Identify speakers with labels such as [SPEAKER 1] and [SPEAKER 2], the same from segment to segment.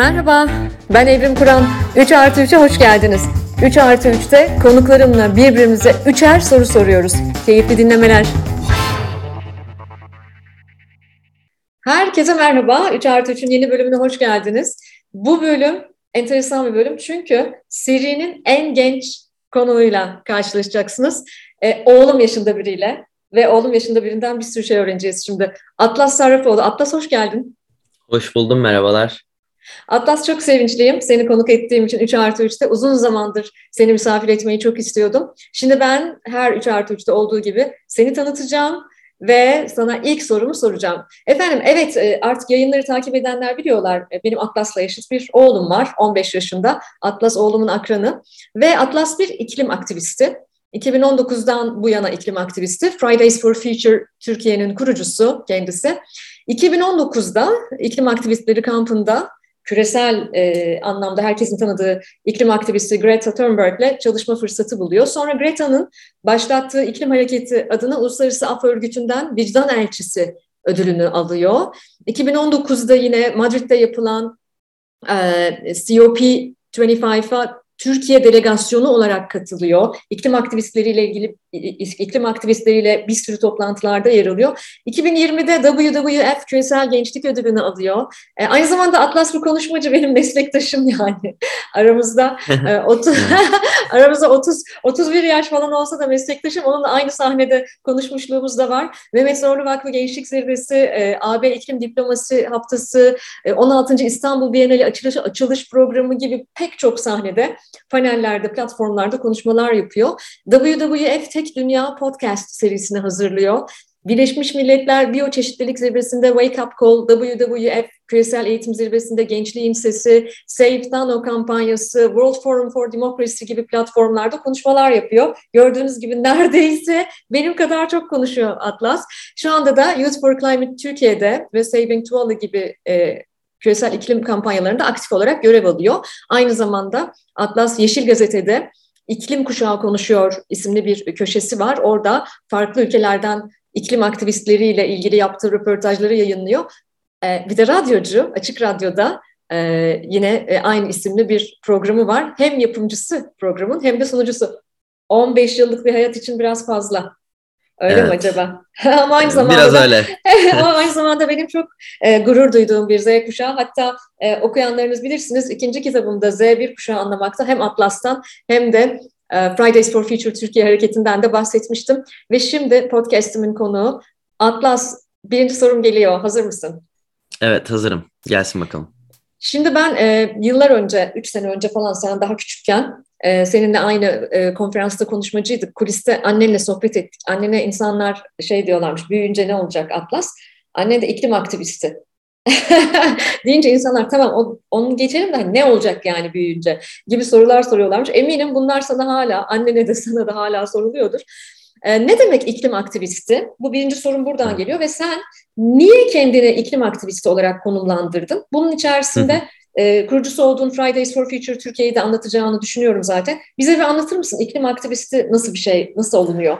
[SPEAKER 1] Merhaba, ben Evrim Kur'an. 3 artı 3'e hoş geldiniz. 3 artı 3'te konuklarımla birbirimize üçer soru soruyoruz. Keyifli dinlemeler. Herkese merhaba. 3 artı 3'ün yeni bölümüne hoş geldiniz. Bu bölüm enteresan bir bölüm çünkü serinin en genç konuğuyla karşılaşacaksınız. Oğlum yaşında biriyle ve oğlum yaşında birinden bir sürü şey öğreneceğiz şimdi. Atlas Sarrafoğlu. Atlas hoş geldin.
[SPEAKER 2] Hoş buldum, merhabalar.
[SPEAKER 1] Atlas çok sevinçliyim. Seni konuk ettiğim için 3 artı 3'te uzun zamandır seni misafir etmeyi çok istiyordum. Şimdi ben her 3 artı 3'te olduğu gibi seni tanıtacağım ve sana ilk sorumu soracağım. Efendim evet artık yayınları takip edenler biliyorlar. Benim Atlas'la eşit bir oğlum var 15 yaşında. Atlas oğlumun akranı ve Atlas bir iklim aktivisti. 2019'dan bu yana iklim aktivisti. Fridays for Future Türkiye'nin kurucusu kendisi. 2019'da iklim aktivistleri kampında küresel anlamda herkesin tanıdığı iklim aktivisti Greta Thunberg'le çalışma fırsatı buluyor. Sonra Greta'nın başlattığı iklim hareketi adına Uluslararası Af Örgütü'nden vicdan elçisi ödülünü alıyor. 2019'da yine Madrid'de yapılan COP25'a Türkiye delegasyonu olarak katılıyor. İklim aktivistleriyle bir sürü toplantılarda yer alıyor. 2020'de WWF Küresel Gençlik Ödülünü alıyor. Aynı zamanda Atlas bu konuşmacı benim meslektaşım yani. Aramızda 30
[SPEAKER 2] Evet.
[SPEAKER 1] aramızda 31 yaş falan olsa da meslektaşım. Onunla aynı sahnede konuşmuşluğumuz da var. Mehmet Zorlu Vakfı Gençlik Zirvesi, AB İklim Diplomasi Haftası, 16. İstanbul Bienali açılış programı gibi pek çok sahnede, panellerde, platformlarda konuşmalar yapıyor. WWF Tek Dünya Podcast serisini hazırlıyor. Birleşmiş Milletler Biyoçeşitlilik Zirvesi'nde Wake Up Call, WWF Küresel Eğitim Zirvesi'nde Gençliğin Sesi, Save Nano kampanyası, World Forum for Democracy gibi platformlarda konuşmalar yapıyor. Gördüğünüz gibi neredeyse benim kadar çok konuşuyor Atlas. Şu anda da Youth for Climate Türkiye'de ve Saving Tuvalu gibi küresel iklim kampanyalarında aktif olarak görev alıyor. Aynı zamanda Atlas Yeşil Gazete'de İklim Kuşağı Konuşuyor isimli bir köşesi var. Orada farklı ülkelerden iklim aktivistleriyle ilgili yaptığı röportajları yayınlıyor. Bir de radyocu, Açık Radyo'da yine aynı isimli bir programı var. Hem yapımcısı programın hem de sunucusu. 15 yıllık bir hayat için biraz fazla. Öyle mi
[SPEAKER 2] Evet.
[SPEAKER 1] acaba? Ama aynı zamanda
[SPEAKER 2] Biraz
[SPEAKER 1] da
[SPEAKER 2] öyle.
[SPEAKER 1] ama aynı zamanda benim çok gurur duyduğum bir Z kuşağı. Hatta okuyanlarınız bilirsiniz ikinci kitabımda Z1 kuşağı anlamakta hem Atlas'tan hem de Fridays for Future Türkiye hareketinden de bahsetmiştim. Ve şimdi podcast'imin konuğu Atlas. Birinci sorum geliyor. Hazır mısın?
[SPEAKER 2] Evet, hazırım. Gelsin bakalım.
[SPEAKER 1] Şimdi ben yıllar önce, 3 sene önce falan sen daha küçükken seninle aynı konferansta konuşmacıydık. Kuliste annenle sohbet ettik. Annene insanlar şey diyorlarmış, büyüyünce ne olacak Atlas? Annen de iklim aktivisti. Deyince insanlar tamam onu geçelim de hani ne olacak yani büyüyünce gibi sorular soruyorlarmış. Eminim bunlar sana hala, annene de sana da hala soruluyordur. Ne demek iklim aktivisti? Bu birinci sorun buradan
[SPEAKER 2] Evet.
[SPEAKER 1] geliyor ve sen niye kendini iklim aktivisti olarak konumlandırdın? Bunun içerisinde kurucusu olduğun Fridays for Future Türkiye'yi de anlatacağını düşünüyorum zaten. Bize bir anlatır mısın? İklim aktivisti nasıl bir şey, nasıl olunuyor?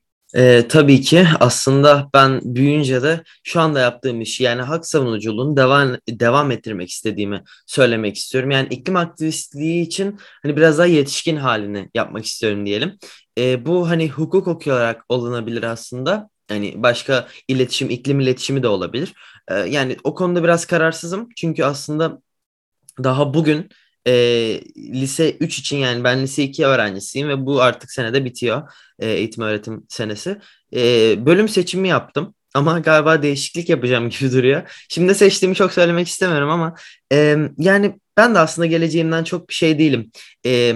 [SPEAKER 2] Tabii ki aslında ben büyüyünce de şu anda yaptığım işi yani hak savunuculuğunu devam ettirmek istediğimi söylemek istiyorum. Yani iklim aktivistliği için hani biraz daha yetişkin halini yapmak istiyorum diyelim. Bu hani hukuk okuyarak olunabilir aslında. Hani başka iletişim, iklim iletişimi de olabilir. Yani o konuda biraz kararsızım. Çünkü aslında daha bugün e, lise 3 için yani ben lise 2 öğrencisiyim ve bu artık senede bitiyor eğitim öğretim senesi. Bölüm seçimi yaptım ama galiba değişiklik yapacağım gibi duruyor. Şimdi seçtiğimi çok söylemek istemiyorum ama yani ben de aslında geleceğimden çok bir şey değilim. E,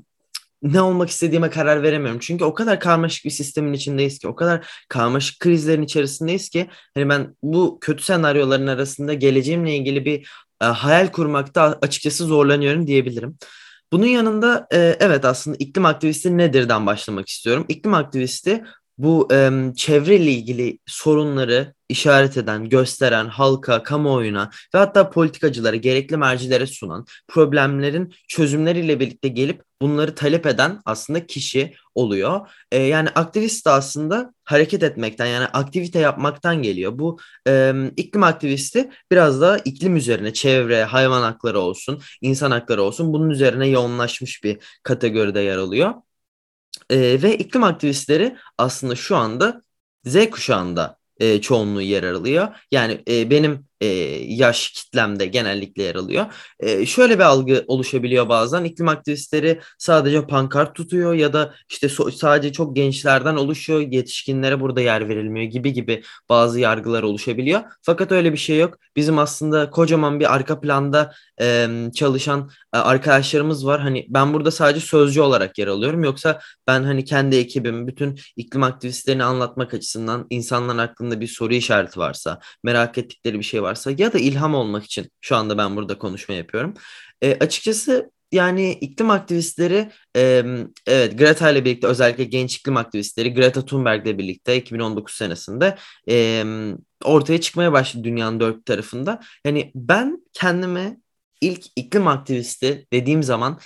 [SPEAKER 2] Ne olmak istediğime karar veremiyorum. Çünkü o kadar karmaşık bir sistemin içindeyiz ki, o kadar karmaşık krizlerin içerisindeyiz ki hani ben bu kötü senaryoların arasında geleceğimle ilgili bir hayal kurmakta açıkçası zorlanıyorum diyebilirim. Bunun yanında evet aslında iklim aktivisti nedirden başlamak istiyorum. İklim aktivisti bu çevreyle ilgili sorunları işaret eden, gösteren, halka, kamuoyuna ve hatta politikacılara, gerekli mercilere sunan, problemlerin çözümleriyle birlikte gelip bunları talep eden aslında kişi oluyor. Yani aktivist de aslında hareket etmekten, yani aktivite yapmaktan geliyor. Bu iklim aktivisti biraz da iklim üzerine, çevre, hayvan hakları olsun, insan hakları olsun, bunun üzerine yoğunlaşmış bir kategoride yer alıyor. Ve iklim aktivistleri aslında şu anda Z kuşağında çoğunluğu yer alıyor. Yani benim yaş kitlemde genellikle yer alıyor. Şöyle bir algı oluşabiliyor bazen. İklim aktivistleri sadece pankart tutuyor ya da işte sadece çok gençlerden oluşuyor. Yetişkinlere burada yer verilmiyor gibi gibi bazı yargılar oluşabiliyor. Fakat öyle bir şey yok. Bizim aslında kocaman bir arka planda çalışan arkadaşlarımız var. Hani ben burada sadece sözcü olarak yer alıyorum. Yoksa ben hani kendi ekibim, bütün iklim aktivistlerini anlatmak açısından insanların aklında bir soru işareti varsa, merak ettikleri bir şey varsa ya da ilham olmak için şu anda ben burada konuşma yapıyorum. Açıkçası yani iklim aktivistleri evet Greta ile birlikte, özellikle genç iklim aktivistleri Greta Thunberg ile birlikte 2019 senesinde e, ortaya çıkmaya başladı dünyanın dört tarafında. Yani ben kendime ilk iklim aktivisti dediğim zaman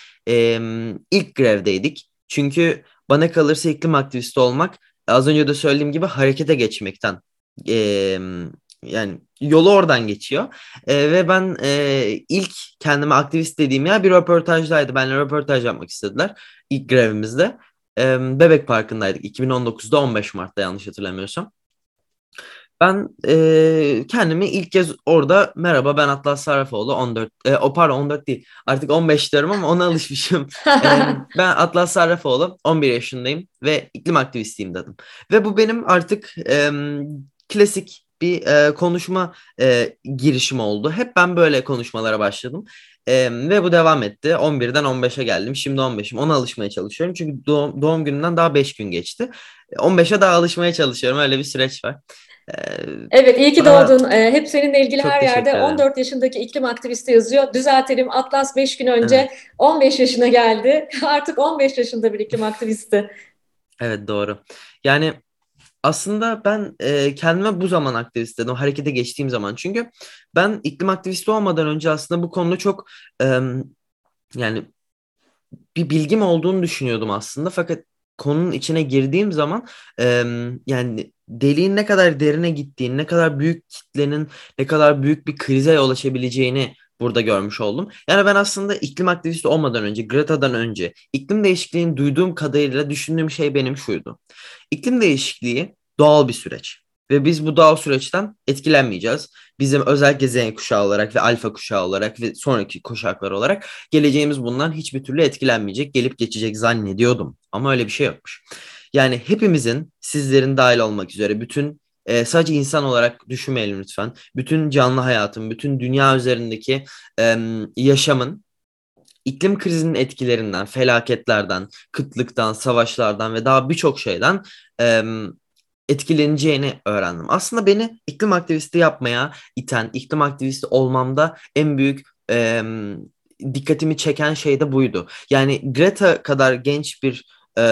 [SPEAKER 2] ilk grevdeydik. Çünkü bana kalırsa iklim aktivisti olmak, az önce de söylediğim gibi, harekete geçmekten, eee, yani yolu oradan geçiyor. Ve ben ilk kendime aktivist dediğim yer bir röportajdaydı. Benimle röportaj yapmak istediler ilk grevimizde. Bebek Parkı'ndaydık 2019'da, 15 Mart'ta yanlış hatırlamıyorsam. Ben kendimi ilk kez orada, merhaba ben Atlas Sarrafoğlu, 14 pardon 14 değil, artık 15 diyorum ama ona alışmışım. Ben Atlas Sarrafoğlu, 11 yaşındayım ve iklim aktivistiyim dedim. Ve bu benim artık klasik bir konuşma girişimi oldu. Hep ben böyle konuşmalara başladım. Ve bu devam etti. 11'den 15'e geldim. Şimdi 15'im. Ona alışmaya çalışıyorum. Çünkü doğum gününden daha 5 gün geçti. 15'e daha alışmaya çalışıyorum. Öyle bir süreç var. Ee,
[SPEAKER 1] Evet, iyi ki
[SPEAKER 2] Bana
[SPEAKER 1] doğdun. Hep seninle ilgili
[SPEAKER 2] çok
[SPEAKER 1] her yerde
[SPEAKER 2] teşekkür ederim.
[SPEAKER 1] 14 yaşındaki iklim aktivisti yazıyor. Düzeltelim, Atlas 5 gün önce
[SPEAKER 2] Evet,
[SPEAKER 1] 15 yaşına geldi. Artık 15 yaşında bir iklim aktivisti.
[SPEAKER 2] evet doğru. Yani aslında ben kendime bu zaman aktivist dedim, harekete geçtiğim zaman. Çünkü ben iklim aktivisti olmadan önce aslında bu konuda çok e, yani bir bilgim olduğunu düşünüyordum aslında. Fakat konunun içine girdiğim zaman yani deliğin ne kadar derine gittiğini, ne kadar büyük kitlenin ne kadar büyük bir krize yol açabileceğini burada görmüş oldum. Yani ben aslında iklim aktivisti olmadan önce, Greta'dan önce, iklim değişikliğini duyduğum kadarıyla düşündüğüm şey benim şuydu: İklim değişikliği doğal bir süreç. Ve biz bu doğal süreçten etkilenmeyeceğiz. Bizim özellikle Z kuşağı olarak ve alfa kuşağı olarak ve sonraki kuşaklar olarak geleceğimiz bundan hiçbir türlü etkilenmeyecek, gelip geçecek zannediyordum. Ama öyle bir şey yokmuş. Yani hepimizin, sizlerin dahil olmak üzere, bütün sadece insan olarak düşünmeyelim lütfen. Bütün canlı hayatın, bütün dünya üzerindeki yaşamın iklim krizinin etkilerinden, felaketlerden, kıtlıktan, savaşlardan ve daha birçok şeyden etkileneceğini öğrendim. Aslında beni iklim aktivisti yapmaya iten, iklim aktivisti olmamda en büyük dikkatimi çeken şey de buydu. Yani Greta kadar genç bir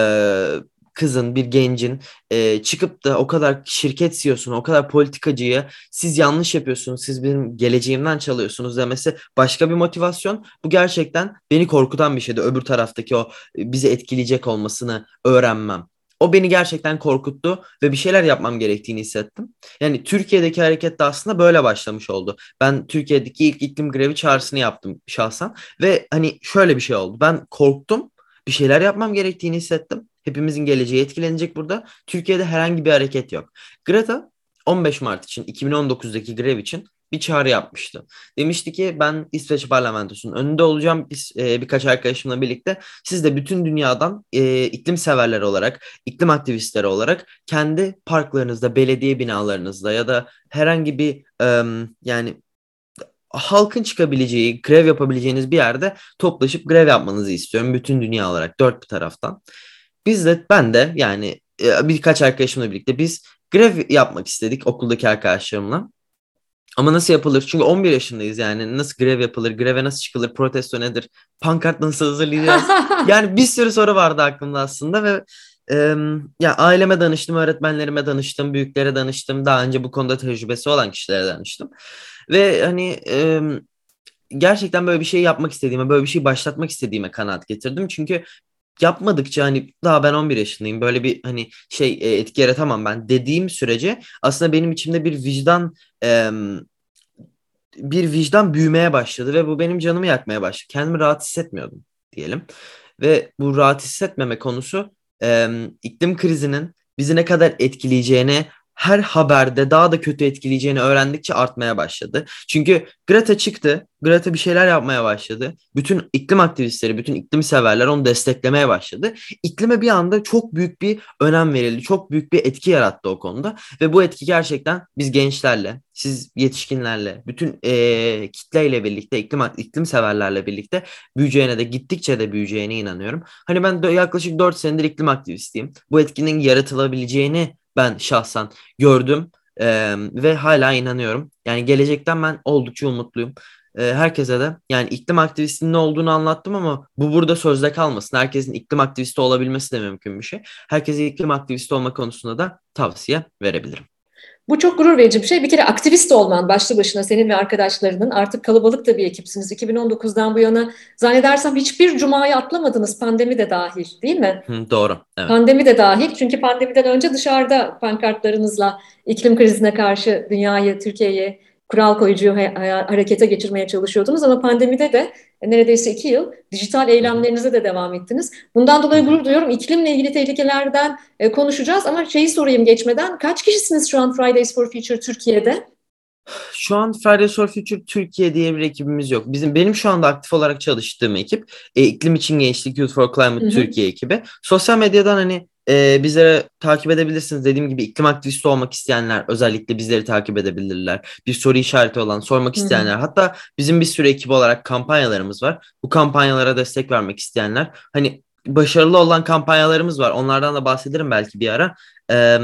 [SPEAKER 2] kızın, bir gencin çıkıp da o kadar şirket CEO'sunu, o kadar politikacıyı siz yanlış yapıyorsunuz, siz benim geleceğimden çalıyorsunuz demesi başka bir motivasyon. Bu gerçekten beni korkutan bir şeydi. Öbür taraftaki o bizi etkileyecek olmasını öğrenmem. O beni gerçekten korkuttu ve bir şeyler yapmam gerektiğini hissettim. Yani Türkiye'deki hareket de aslında böyle başlamış oldu. Ben Türkiye'deki ilk iklim grevi çağrısını yaptım şahsen ve hani şöyle bir şey oldu. Ben korktum. Bir şeyler yapmam gerektiğini hissettim. Hepimizin geleceği etkilenecek burada. Türkiye'de herhangi bir hareket yok. Greta 15 Mart için, 2019'daki grev için bir çağrı yapmıştı. Demişti ki ben İsveç parlamentosunun önünde olacağım. Biz birkaç arkadaşımla birlikte, siz de bütün dünyadan iklim severler olarak, iklim aktivistleri olarak kendi parklarınızda, belediye binalarınızda ya da herhangi bir yani halkın çıkabileceği, grev yapabileceğiniz bir yerde toplaşıp grev yapmanızı istiyorum. Bütün dünya olarak, dört bir taraftan. Ben de yani birkaç arkadaşımla birlikte biz grev yapmak istedik okuldaki arkadaşlarımla. Ama nasıl yapılır? Çünkü 11 yaşındayız yani. Nasıl grev yapılır? Greve nasıl çıkılır? Protesto nedir? Pankart nasıl hazırlayacağız? Yani bir sürü soru vardı aklımda aslında ve Ya aileme danıştım, öğretmenlerime danıştım, büyüklere danıştım. Daha önce bu konuda tecrübesi olan kişilere danıştım. Ve hani gerçekten böyle bir şey yapmak istediğime, böyle bir şey başlatmak istediğime kanaat getirdim. Çünkü yapmadıkça hani daha ben 11 yaşındayım. Böyle bir hani etki yaratamam ben dediğim sürece aslında benim içimde bir vicdan büyümeye başladı ve bu benim canımı yakmaya başladı. Kendimi rahat hissetmiyordum diyelim. Ve bu rahat hissetmeme konusu iklim krizinin bizi ne kadar etkileyeceğini her haberde daha da kötü etkileyeceğini öğrendikçe artmaya başladı. Çünkü Greta çıktı. Greta bir şeyler yapmaya başladı. Bütün iklim aktivistleri, bütün iklim severler onu desteklemeye başladı. İklime bir anda çok büyük bir önem verildi. Çok büyük bir etki yarattı o konuda. Ve bu etki gerçekten biz gençlerle, siz yetişkinlerle, bütün kitleyle birlikte, iklim severlerle birlikte büyüyeceğine de gittikçe de büyüyeceğine inanıyorum. Hani ben de yaklaşık 4 senedir iklim aktivistiyim. Bu etkinin yaratılabileceğini ben şahsen gördüm ve hala inanıyorum. Yani gelecekten ben oldukça umutluyum. Herkese de yani iklim aktivistinin ne olduğunu anlattım ama bu burada sözde kalmasın. Herkesin iklim aktivisti olabilmesi de mümkün bir şey. Herkese iklim aktivisti olma konusunda da tavsiye verebilirim.
[SPEAKER 1] Bu çok gurur verici bir şey. Bir kere aktivist olman başlı başına senin ve arkadaşlarının artık kalabalık da bir ekipsiniz. 2019'dan bu yana zannedersem hiçbir cumayı atlamadınız pandemi de dahil değil mi?
[SPEAKER 2] Hı, doğru, evet.
[SPEAKER 1] Pandemi de dahil çünkü pandemiden önce dışarıda pankartlarınızla iklim krizine karşı dünyayı, Türkiye'yi kural koyucu harekete geçirmeye çalışıyordunuz ama pandemide de neredeyse 2 yıl dijital
[SPEAKER 2] Hı hı,
[SPEAKER 1] eylemlerinize de devam ettiniz. Bundan
[SPEAKER 2] hı
[SPEAKER 1] dolayı
[SPEAKER 2] hı.
[SPEAKER 1] gurur duyuyorum. İklimle ilgili tehlikelerden konuşacağız ama şeyi sorayım geçmeden. Kaç kişisiniz şu an Fridays for Future Türkiye'de?
[SPEAKER 2] Şu an Fridays for Future Türkiye diye bir ekibimiz yok. Benim şu anda aktif olarak çalıştığım ekip İklim için Gençlik Youth for
[SPEAKER 1] Hı
[SPEAKER 2] Climate
[SPEAKER 1] hı.
[SPEAKER 2] Türkiye ekibi. Sosyal medyadan hani bizlere takip edebilirsiniz. Dediğim gibi iklim aktivisti olmak isteyenler özellikle bizleri takip edebilirler. Bir soru işareti olan, sormak
[SPEAKER 1] Hı hı.
[SPEAKER 2] isteyenler. Hatta bizim bir sürü ekip olarak kampanyalarımız var. Bu kampanyalara destek vermek isteyenler. Hani başarılı olan kampanyalarımız var. Onlardan da bahsederim belki bir ara. E,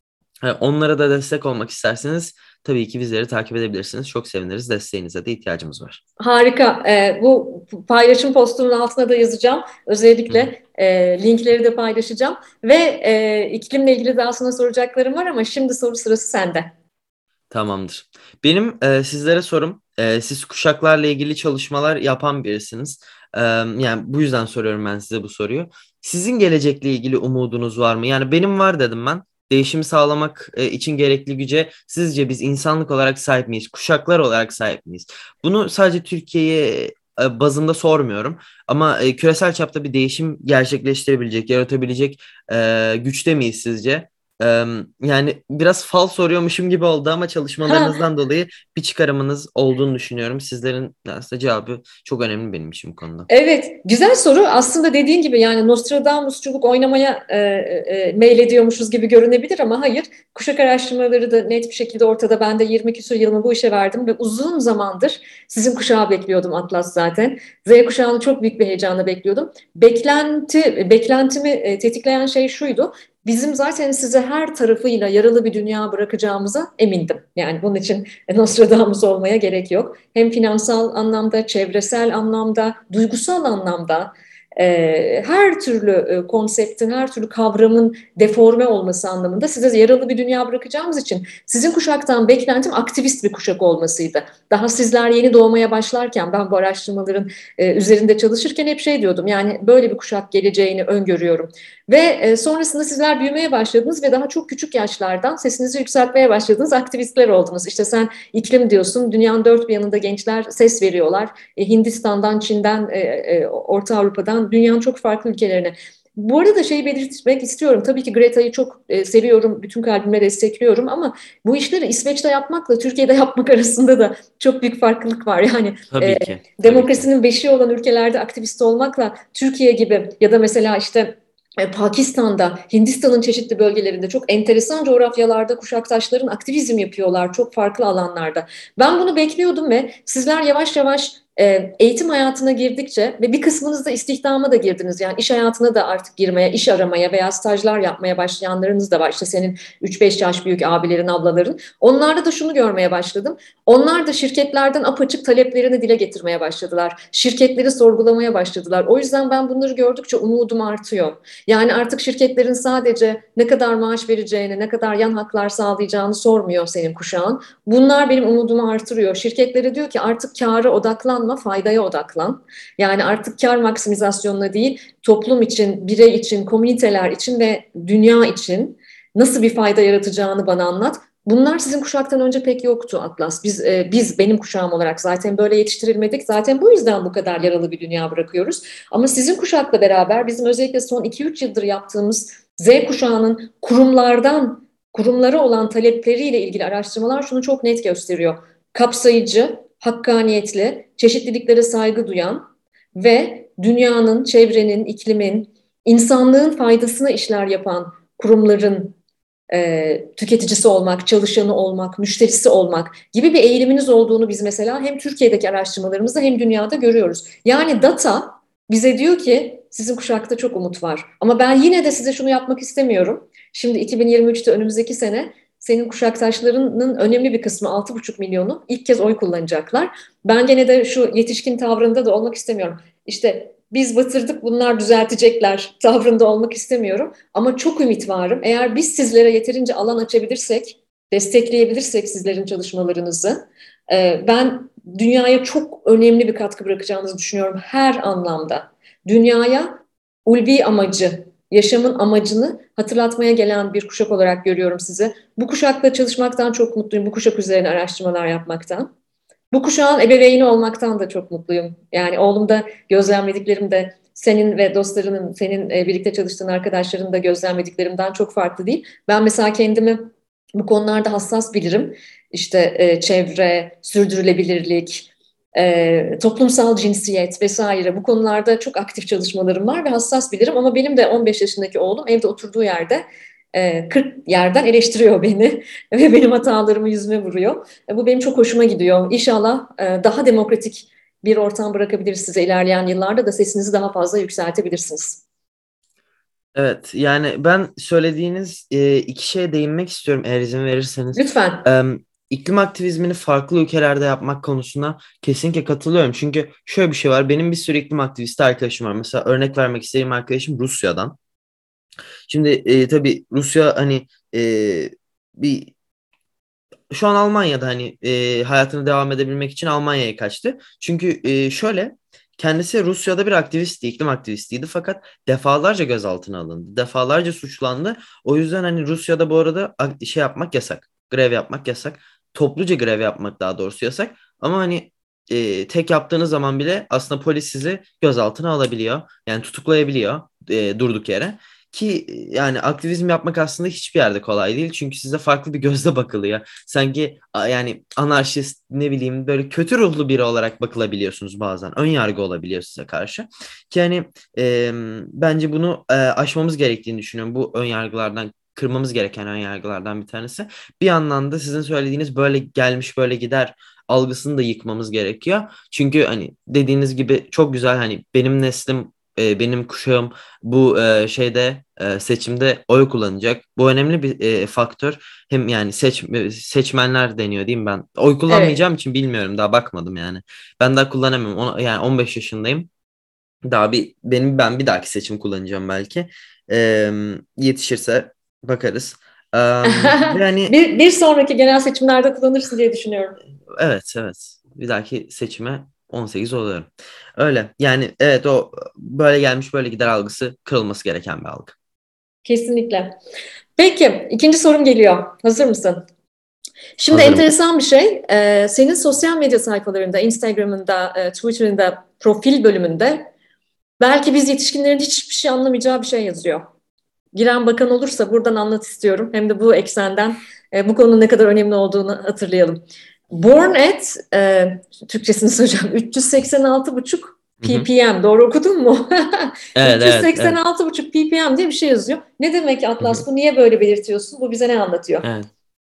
[SPEAKER 2] Onlara da destek olmak isterseniz tabii ki bizleri takip edebilirsiniz. Çok seviniriz. Desteğinize de ihtiyacımız var.
[SPEAKER 1] Harika. Bu paylaşım postumun altına da yazacağım.
[SPEAKER 2] Hı hı.
[SPEAKER 1] Özellikle linkleri de paylaşacağım. Ve iklimle ilgili daha sonra soracaklarım var ama şimdi soru sırası sende.
[SPEAKER 2] Tamamdır. Benim sizlere sorum, siz kuşaklarla ilgili çalışmalar yapan birisiniz. Yani bu yüzden soruyorum ben size bu soruyu. Sizin gelecekle ilgili umudunuz var mı? Yani benim var dedim ben. Değişimi sağlamak için gerekli güce sizce biz insanlık olarak sahip miyiz? Kuşaklar olarak sahip miyiz? Bunu sadece Türkiye'ye bazında sormuyorum. Ama küresel çapta bir değişim gerçekleştirebilecek, yaratabilecek güçte miyiz sizce? Yani biraz fal soruyormuşum gibi oldu ama
[SPEAKER 1] Ha,
[SPEAKER 2] çalışmalarınızdan dolayı bir çıkarımınız olduğunu düşünüyorum. Sizlerin aslında cevabı çok önemli benim için bu konuda.
[SPEAKER 1] evet, güzel soru. Aslında dediğin gibi yani Nostradamusçuluk oynamaya meylediyormuşuz gibi görünebilir ama hayır. Kuşak araştırmaları da net bir şekilde ortada. Ben de 20 küsur yılımı bu işe verdim ve uzun zamandır sizin kuşağı bekliyordum Atlas zaten. Z kuşağını çok büyük bir heyecanla bekliyordum. Beklentimi tetikleyen şey şuydu. Bizim zaten size her tarafıyla yaralı bir dünya bırakacağımıza emindim. Yani bunun için Nostradamus olmaya gerek yok. Hem finansal anlamda, çevresel anlamda, duygusal anlamda her türlü konseptin, her türlü kavramın deforme olması anlamında size yaralı bir dünya bırakacağımız için sizin kuşaktan beklentim aktivist bir kuşak olmasıydı. Daha sizler yeni doğmaya başlarken ben bu araştırmaların üzerinde çalışırken hep şey diyordum yani böyle bir kuşak geleceğini öngörüyorum. Ve sonrasında sizler büyümeye başladınız ve daha çok küçük yaşlardan sesinizi yükseltmeye başladınız, aktivistler oldunuz. İşte sen iklim diyorsun, dünyanın dört bir yanında gençler ses veriyorlar. Hindistan'dan, Çin'den, Orta Avrupa'dan, dünyanın çok farklı ülkelerine. Bu arada şeyi belirtmek istiyorum. Tabii ki Greta'yı çok seviyorum, bütün kalbimle destekliyorum ama bu işleri İsveç'te yapmakla Türkiye'de yapmak arasında da çok büyük farklılık var. Yani
[SPEAKER 2] Tabii ki, tabii ki.
[SPEAKER 1] demokrasinin beşiği olan ülkelerde aktivist olmakla Türkiye gibi ya da mesela işte Pakistan'da, Hindistan'ın çeşitli bölgelerinde çok enteresan coğrafyalarda kuşaktaşların aktivizm yapıyorlar çok farklı alanlarda. Ben bunu bekliyordum ve sizler yavaş yavaş eğitim hayatına girdikçe ve bir kısmınız da istihdama da girdiniz. Yani iş hayatına da artık girmeye, iş aramaya veya stajlar yapmaya başlayanlarınız da var. İşte senin 3-5 yaş büyük abilerin, ablaların. Onlarda da şunu görmeye başladım. Onlar da şirketlerden apaçık taleplerini dile getirmeye başladılar. Şirketleri sorgulamaya başladılar. O yüzden ben bunları gördükçe umudum artıyor. Yani artık şirketlerin sadece ne kadar maaş vereceğini, ne kadar yan haklar sağlayacağını sormuyor senin kuşağın. Bunlar benim umudumu artırıyor. Şirketlere diyor ki artık kâra odaklanma, faydaya odaklan. Yani artık kâr maksimizasyonuna değil, toplum için, birey için, komüniteler için ve dünya için nasıl bir fayda yaratacağını bana anlat. Bunlar sizin kuşaktan önce pek yoktu Atlas. Biz benim kuşağım olarak zaten böyle yetiştirilmedik. Zaten bu yüzden bu kadar yaralı bir dünya bırakıyoruz. Ama sizin kuşakla beraber bizim özellikle son 2-3 yıldır yaptığımız Z kuşağının kurumlara olan talepleriyle ilgili araştırmalar şunu çok net gösteriyor. Kapsayıcı, hakkaniyetli, çeşitliliklere saygı duyan ve dünyanın, çevrenin, iklimin, insanlığın faydasına işler yapan kurumların tüketicisi olmak, çalışanı olmak, müşterisi olmak gibi bir eğiliminiz olduğunu biz mesela hem Türkiye'deki araştırmalarımızda hem dünyada görüyoruz. Yani data bize diyor ki sizin kuşakta çok umut var. Ama ben yine de size şunu yapmak istemiyorum. Şimdi 2023'te önümüzdeki sene senin kuşaktaşlarının önemli bir kısmı 6,5 milyonu ilk kez oy kullanacaklar. Ben gene de şu yetişkin tavrında da olmak istemiyorum. İşte biz batırdık bunlar düzeltecekler tavrında olmak istemiyorum. Ama çok ümit varım. Eğer biz sizlere yeterince alan açabilirsek, destekleyebilirsek sizlerin çalışmalarınızı, ben dünyaya çok önemli bir katkı bırakacağınızı düşünüyorum her anlamda. Dünyaya ulvi amacı, yaşamın amacını hatırlatmaya gelen bir kuşak olarak görüyorum sizi. Bu kuşakla çalışmaktan çok mutluyum. Bu kuşak üzerine araştırmalar yapmaktan. Bu kuşağın ebeveyni olmaktan da çok mutluyum. Yani oğlumda gözlemlediklerim de senin ve dostlarının, senin birlikte çalıştığın arkadaşların da gözlemlediklerimden çok farklı değil. Ben mesela kendimi bu konularda hassas bilirim. İşte çevre, sürdürülebilirlik, toplumsal cinsiyet vesaire bu konularda çok aktif çalışmalarım var ve hassas bilirim. Ama benim de 15 yaşındaki oğlum evde oturduğu yerde 40 yerden eleştiriyor beni ve benim hatalarımı yüzüme vuruyor. Bu benim çok hoşuma gidiyor. İnşallah daha demokratik bir ortam bırakabiliriz size ilerleyen yıllarda da sesinizi daha fazla yükseltebilirsiniz.
[SPEAKER 2] Evet, yani ben söylediğiniz iki şeye değinmek istiyorum eğer izin verirseniz.
[SPEAKER 1] Lütfen.
[SPEAKER 2] İklim aktivizmini farklı ülkelerde yapmak konusuna kesinlikle katılıyorum. Çünkü şöyle bir şey var. Benim bir sürü iklim aktivisti arkadaşım var. Mesela örnek vermek istediğim arkadaşım Rusya'dan. Şimdi tabii Rusya hani bir şu an Almanya'da hani hayatını devam edebilmek için Almanya'ya kaçtı. Çünkü şöyle kendisi Rusya'da bir aktivistti, iklim aktivistiydi fakat defalarca gözaltına alındı. Defalarca suçlandı. O yüzden hani Rusya'da bu arada şey yapmak yasak. Grev yapmak yasak. Topluca grev yapmak daha doğrusu yasak. Ama hani tek yaptığınız zaman bile aslında polis sizi gözaltına alabiliyor. Yani tutuklayabiliyor durduk yere. Ki yani aktivizm yapmak aslında hiçbir yerde kolay değil. Çünkü size farklı bir gözle bakılıyor. Sanki yani anarşist ne bileyim böyle kötü ruhlu biri olarak bakılabiliyorsunuz bazen. Ön yargı olabiliyor size karşı. Ki hani bence bunu aşmamız gerektiğini düşünüyorum. Bu ön yargılardan kırmamız gereken ön yargılardan bir tanesi. Bir yandan da sizin söylediğiniz böyle gelmiş böyle gider algısını da yıkmamız gerekiyor. Çünkü hani dediğiniz gibi çok güzel hani benim neslim benim kuşağım bu seçimde oy kullanacak. Bu önemli bir faktör. Hem yani seçmenler deniyor değil mi ben? Oy
[SPEAKER 1] Evet.
[SPEAKER 2] kullanmayacağım için bilmiyorum daha bakmadım yani. Ben daha kullanamıyorum. Yani 15 yaşındayım. Daha ben bir dahaki seçim kullanacağım belki. Yetişirse bakarız. Ve hani
[SPEAKER 1] Bir sonraki genel seçimlerde kullanırsın diye düşünüyorum.
[SPEAKER 2] evet bir dahaki seçime 18 oluyorum. Öyle yani evet o böyle gelmiş böyle gider algısı kırılması gereken bir algı.
[SPEAKER 1] Kesinlikle. Peki, ikinci sorum geliyor. Hazır mısın? Şimdi
[SPEAKER 2] Hazırım.
[SPEAKER 1] enteresan bir şey. Senin sosyal medya sayfalarında, Instagram'ında, Twitter'ında, profil bölümünde belki biz yetişkinlerin hiçbir şey anlamayacağı bir şey yazıyor. Giren bakan olursa buradan anlat istiyorum. Hem de bu eksenden bu konunun ne kadar önemli olduğunu hatırlayalım. Born at, Türkçesini söyleyeceğim, 386,5
[SPEAKER 2] Hı hı.
[SPEAKER 1] ppm. Doğru okudun mu?
[SPEAKER 2] Evet.
[SPEAKER 1] 386,5 ppm diye bir şey yazıyor. Ne demek
[SPEAKER 2] Hı hı.
[SPEAKER 1] Atlas? Bu niye böyle belirtiyorsun? Bu bize ne anlatıyor?
[SPEAKER 2] Evet.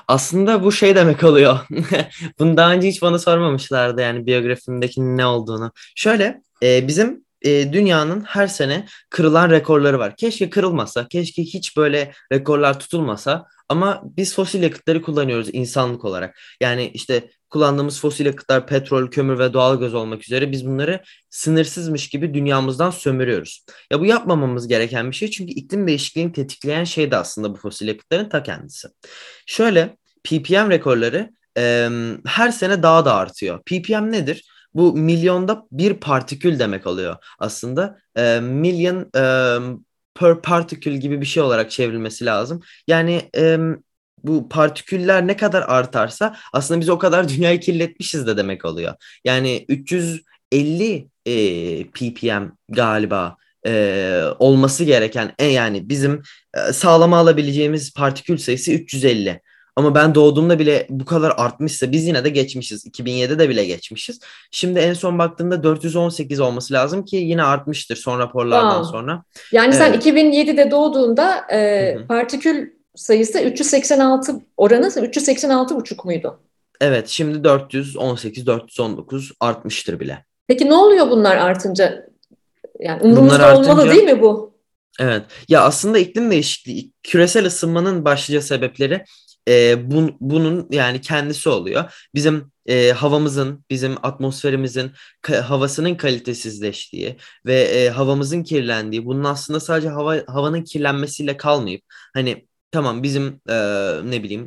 [SPEAKER 2] Aslında bu şey demek oluyor. Bunu daha önce hiç bana sormamışlardı yani biyografimdeki ne olduğunu. Şöyle bizim dünyanın her sene kırılan rekorları var. Keşke kırılmasa, keşke hiç böyle rekorlar tutulmasa ama biz fosil yakıtları kullanıyoruz insanlık olarak. Yani işte kullandığımız fosil yakıtlar petrol, kömür ve doğalgaz olmak üzere biz bunları sınırsızmış gibi dünyamızdan sömürüyoruz. Ya bu yapmamamız gereken bir şey çünkü iklim değişikliğini tetikleyen şey de aslında bu fosil yakıtların ta kendisi. Şöyle ppm rekorları her sene daha da artıyor. ppm nedir? Bu milyonda bir partikül demek oluyor aslında. Million per particle gibi bir şey olarak çevrilmesi lazım. Yani bu partiküller ne kadar artarsa aslında biz o kadar dünyayı kirletmişiz de demek oluyor. Yani 350 ppm galiba olması gereken yani bizim sağlama alabileceğimiz partikül sayısı 350. Ama ben doğduğumda bile bu kadar artmışsa biz yine de geçmişiz. 2007'de bile geçmişiz. Şimdi en son baktığımda 418 olması lazım ki yine artmıştır son raporlardan
[SPEAKER 1] Wow.
[SPEAKER 2] sonra.
[SPEAKER 1] Yani sen
[SPEAKER 2] Evet.
[SPEAKER 1] 2007'de doğduğunda
[SPEAKER 2] Hı hı.
[SPEAKER 1] partikül sayısı 386, oranı 386,5 muydu?
[SPEAKER 2] Evet, şimdi 418, 419 artmıştır bile.
[SPEAKER 1] Peki ne oluyor bunlar artınca? Yani
[SPEAKER 2] Bunlar
[SPEAKER 1] umurumuzda olmalı değil
[SPEAKER 2] artınca
[SPEAKER 1] mi bu?
[SPEAKER 2] evet. Ya aslında iklim değişikliği, küresel ısınmanın başlıca sebepleri bunun yani kendisi oluyor. Bizim havamızın, bizim atmosferimizin havasının kalitesizleştiği ve havamızın kirlendiği. Bunun aslında sadece havanın kirlenmesiyle kalmayıp hani tamam bizim ne bileyim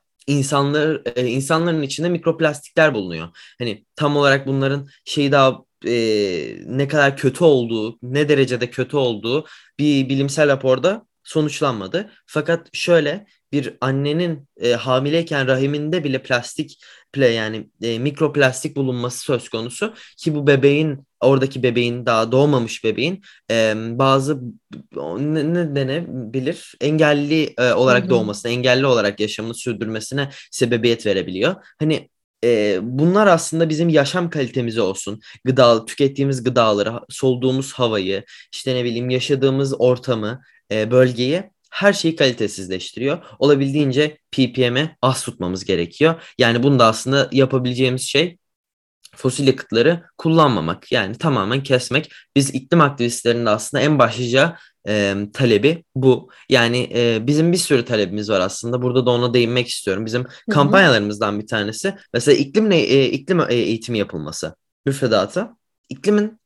[SPEAKER 2] insanların içinde mikroplastikler bulunuyor. Hani tam olarak bunların şeyi daha ne kadar kötü olduğu, ne derecede kötü olduğu bir bilimsel raporda sonuçlanmadı. Fakat şöyle bir annenin hamileyken rahiminde bile yani mikroplastik bulunması söz konusu ki bu bebeğin oradaki bebeğin daha doğmamış bebeğin bazı ne denebilir? Engelli
[SPEAKER 1] Hı
[SPEAKER 2] olarak
[SPEAKER 1] hı.
[SPEAKER 2] doğmasına, engelli olarak yaşamını sürdürmesine sebebiyet verebiliyor. Hani bunlar aslında bizim yaşam kalitemizi olsun, tükettiğimiz gıdaları, solduğumuz havayı, işte ne bileyim yaşadığımız ortamı, bölgeyi her şeyi kalitesizleştiriyor. Olabildiğince ppm'i az tutmamız gerekiyor. Yani bunu da aslında yapabileceğimiz şey fosil yakıtları kullanmamak yani tamamen kesmek. Biz iklim aktivistlerinin de aslında en başlıca talebi bu. Yani bizim bir sürü talebimiz var aslında. Burada da ona değinmek istiyorum. Bizim
[SPEAKER 1] Hı hı.
[SPEAKER 2] kampanyalarımızdan bir tanesi mesela iklim eğitimi yapılması. Müfredata iklimin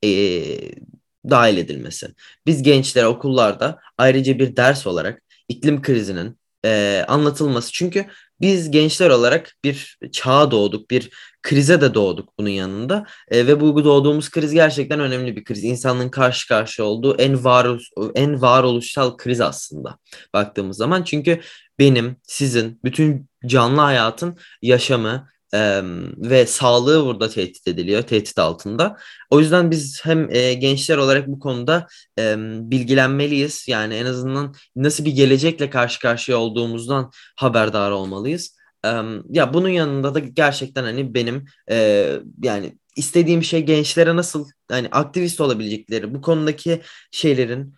[SPEAKER 2] dahil edilmesi. Biz gençlere okullarda ayrıca bir ders olarak iklim krizinin anlatılması. Çünkü biz gençler olarak bir çağa doğduk, bir krize de doğduk bunun yanında. Ve bu doğduğumuz kriz gerçekten önemli bir kriz. İnsanlığın karşı karşıya olduğu en varoluşsal kriz aslında baktığımız zaman. Çünkü benim, sizin, bütün canlı hayatın yaşamı ve sağlığı burada tehdit ediliyor, tehdit altında. O yüzden biz hem gençler olarak bu konuda bilgilenmeliyiz. Yani en azından nasıl bir gelecekle karşı karşıya olduğumuzdan haberdar olmalıyız. Ya bunun yanında da gerçekten hani benim yani istediğim şey gençlere nasıl hani aktivist olabilecekleri bu konudaki şeylerin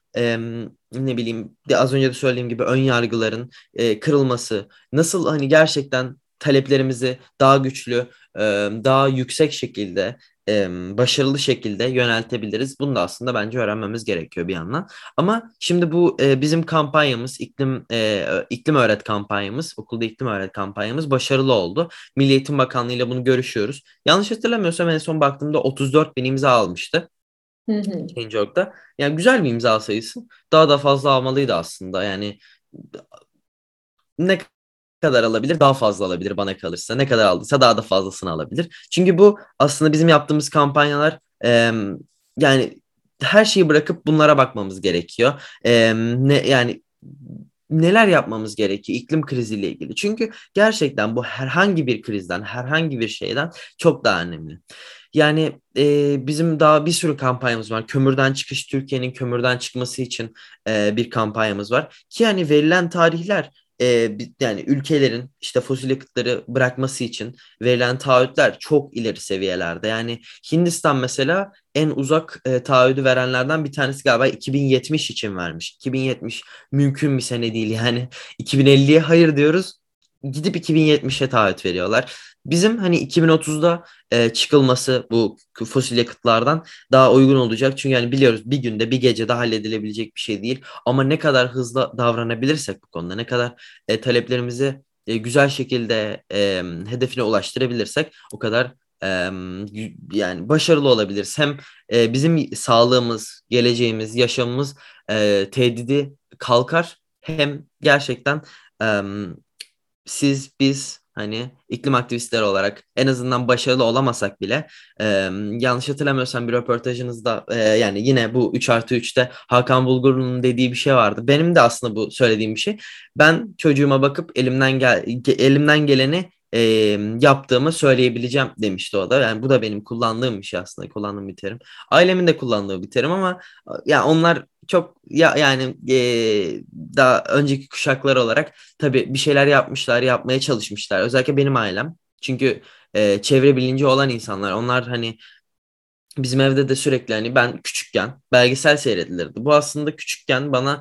[SPEAKER 2] ne bileyim az önce de söylediğim gibi ön yargıların kırılması nasıl hani gerçekten taleplerimizi daha güçlü daha yüksek şekilde başarılı şekilde yöneltebiliriz. Bunu da aslında bence öğrenmemiz gerekiyor bir yandan. Ama şimdi bu bizim kampanyamız iklim öğret kampanyamız okulda iklim öğret kampanyamız başarılı oldu. Milli Eğitim Bakanlığı ile bunu görüşüyoruz. Yanlış hatırlamıyorsam en son baktığımda 34 bin imza almıştı
[SPEAKER 1] Hı hı.
[SPEAKER 2] Change.org'da. Yani güzel bir imza sayısı. Daha da fazla almalıydı aslında. Yani ne kadar alabilir? Daha fazla alabilir bana kalırsa. Ne kadar aldıysa daha da fazlasını alabilir. Çünkü bu aslında bizim yaptığımız kampanyalar yani her şeyi bırakıp bunlara bakmamız gerekiyor. Yani neler yapmamız gerekiyor iklim kriziyle ilgili? Çünkü gerçekten bu herhangi bir krizden, herhangi bir şeyden çok daha önemli. Yani bizim daha bir sürü kampanyamız var. Kömürden çıkış, Türkiye'nin kömürden çıkması için bir kampanyamız var. Ki yani verilen tarihler yani ülkelerin işte fosil yakıtları bırakması için verilen taahhütler çok ileri seviyelerde. Yani Hindistan mesela en uzak taahhüdü verenlerden bir tanesi galiba 2070 için vermiş. 2070 mümkün bir sene değil yani 2050'ye hayır diyoruz. gidip 2070'e taahhüt veriyorlar. Bizim hani 2030'da çıkılması bu fosil yakıtlardan daha uygun olacak. Çünkü yani biliyoruz bir günde bir gecede halledilebilecek bir şey değil. Ama ne kadar hızlı davranabilirsek bu konuda, ne kadar taleplerimizi güzel şekilde hedefine ulaştırabilirsek o kadar yani başarılı olabiliriz. Hem bizim sağlığımız, geleceğimiz, yaşamımız tehdidi kalkar. Hem gerçekten em, siz, biz hani iklim aktivistleri olarak en azından başarılı olamasak bile e, yanlış hatırlamıyorsam bir röportajınızda yani yine bu 3+3'te Hakan Bulgur'un dediği bir şey vardı. Benim de aslında bu söylediğim bir şey. Ben çocuğuma bakıp elimden geleni yaptığımı söyleyebileceğim demişti o da. Yani bu da benim kullandığım bir şey aslında. Kullandığım bir terim. Ailemin de kullandığı bir terim ama ya onlar çok yani daha önceki kuşaklar olarak tabii bir şeyler yapmışlar, yapmaya çalışmışlar. Özellikle benim ailem. Çünkü çevre bilinci olan insanlar. Onlar hani bizim evde de sürekli hani ben küçükken belgesel seyredilirdi. Bu aslında küçükken bana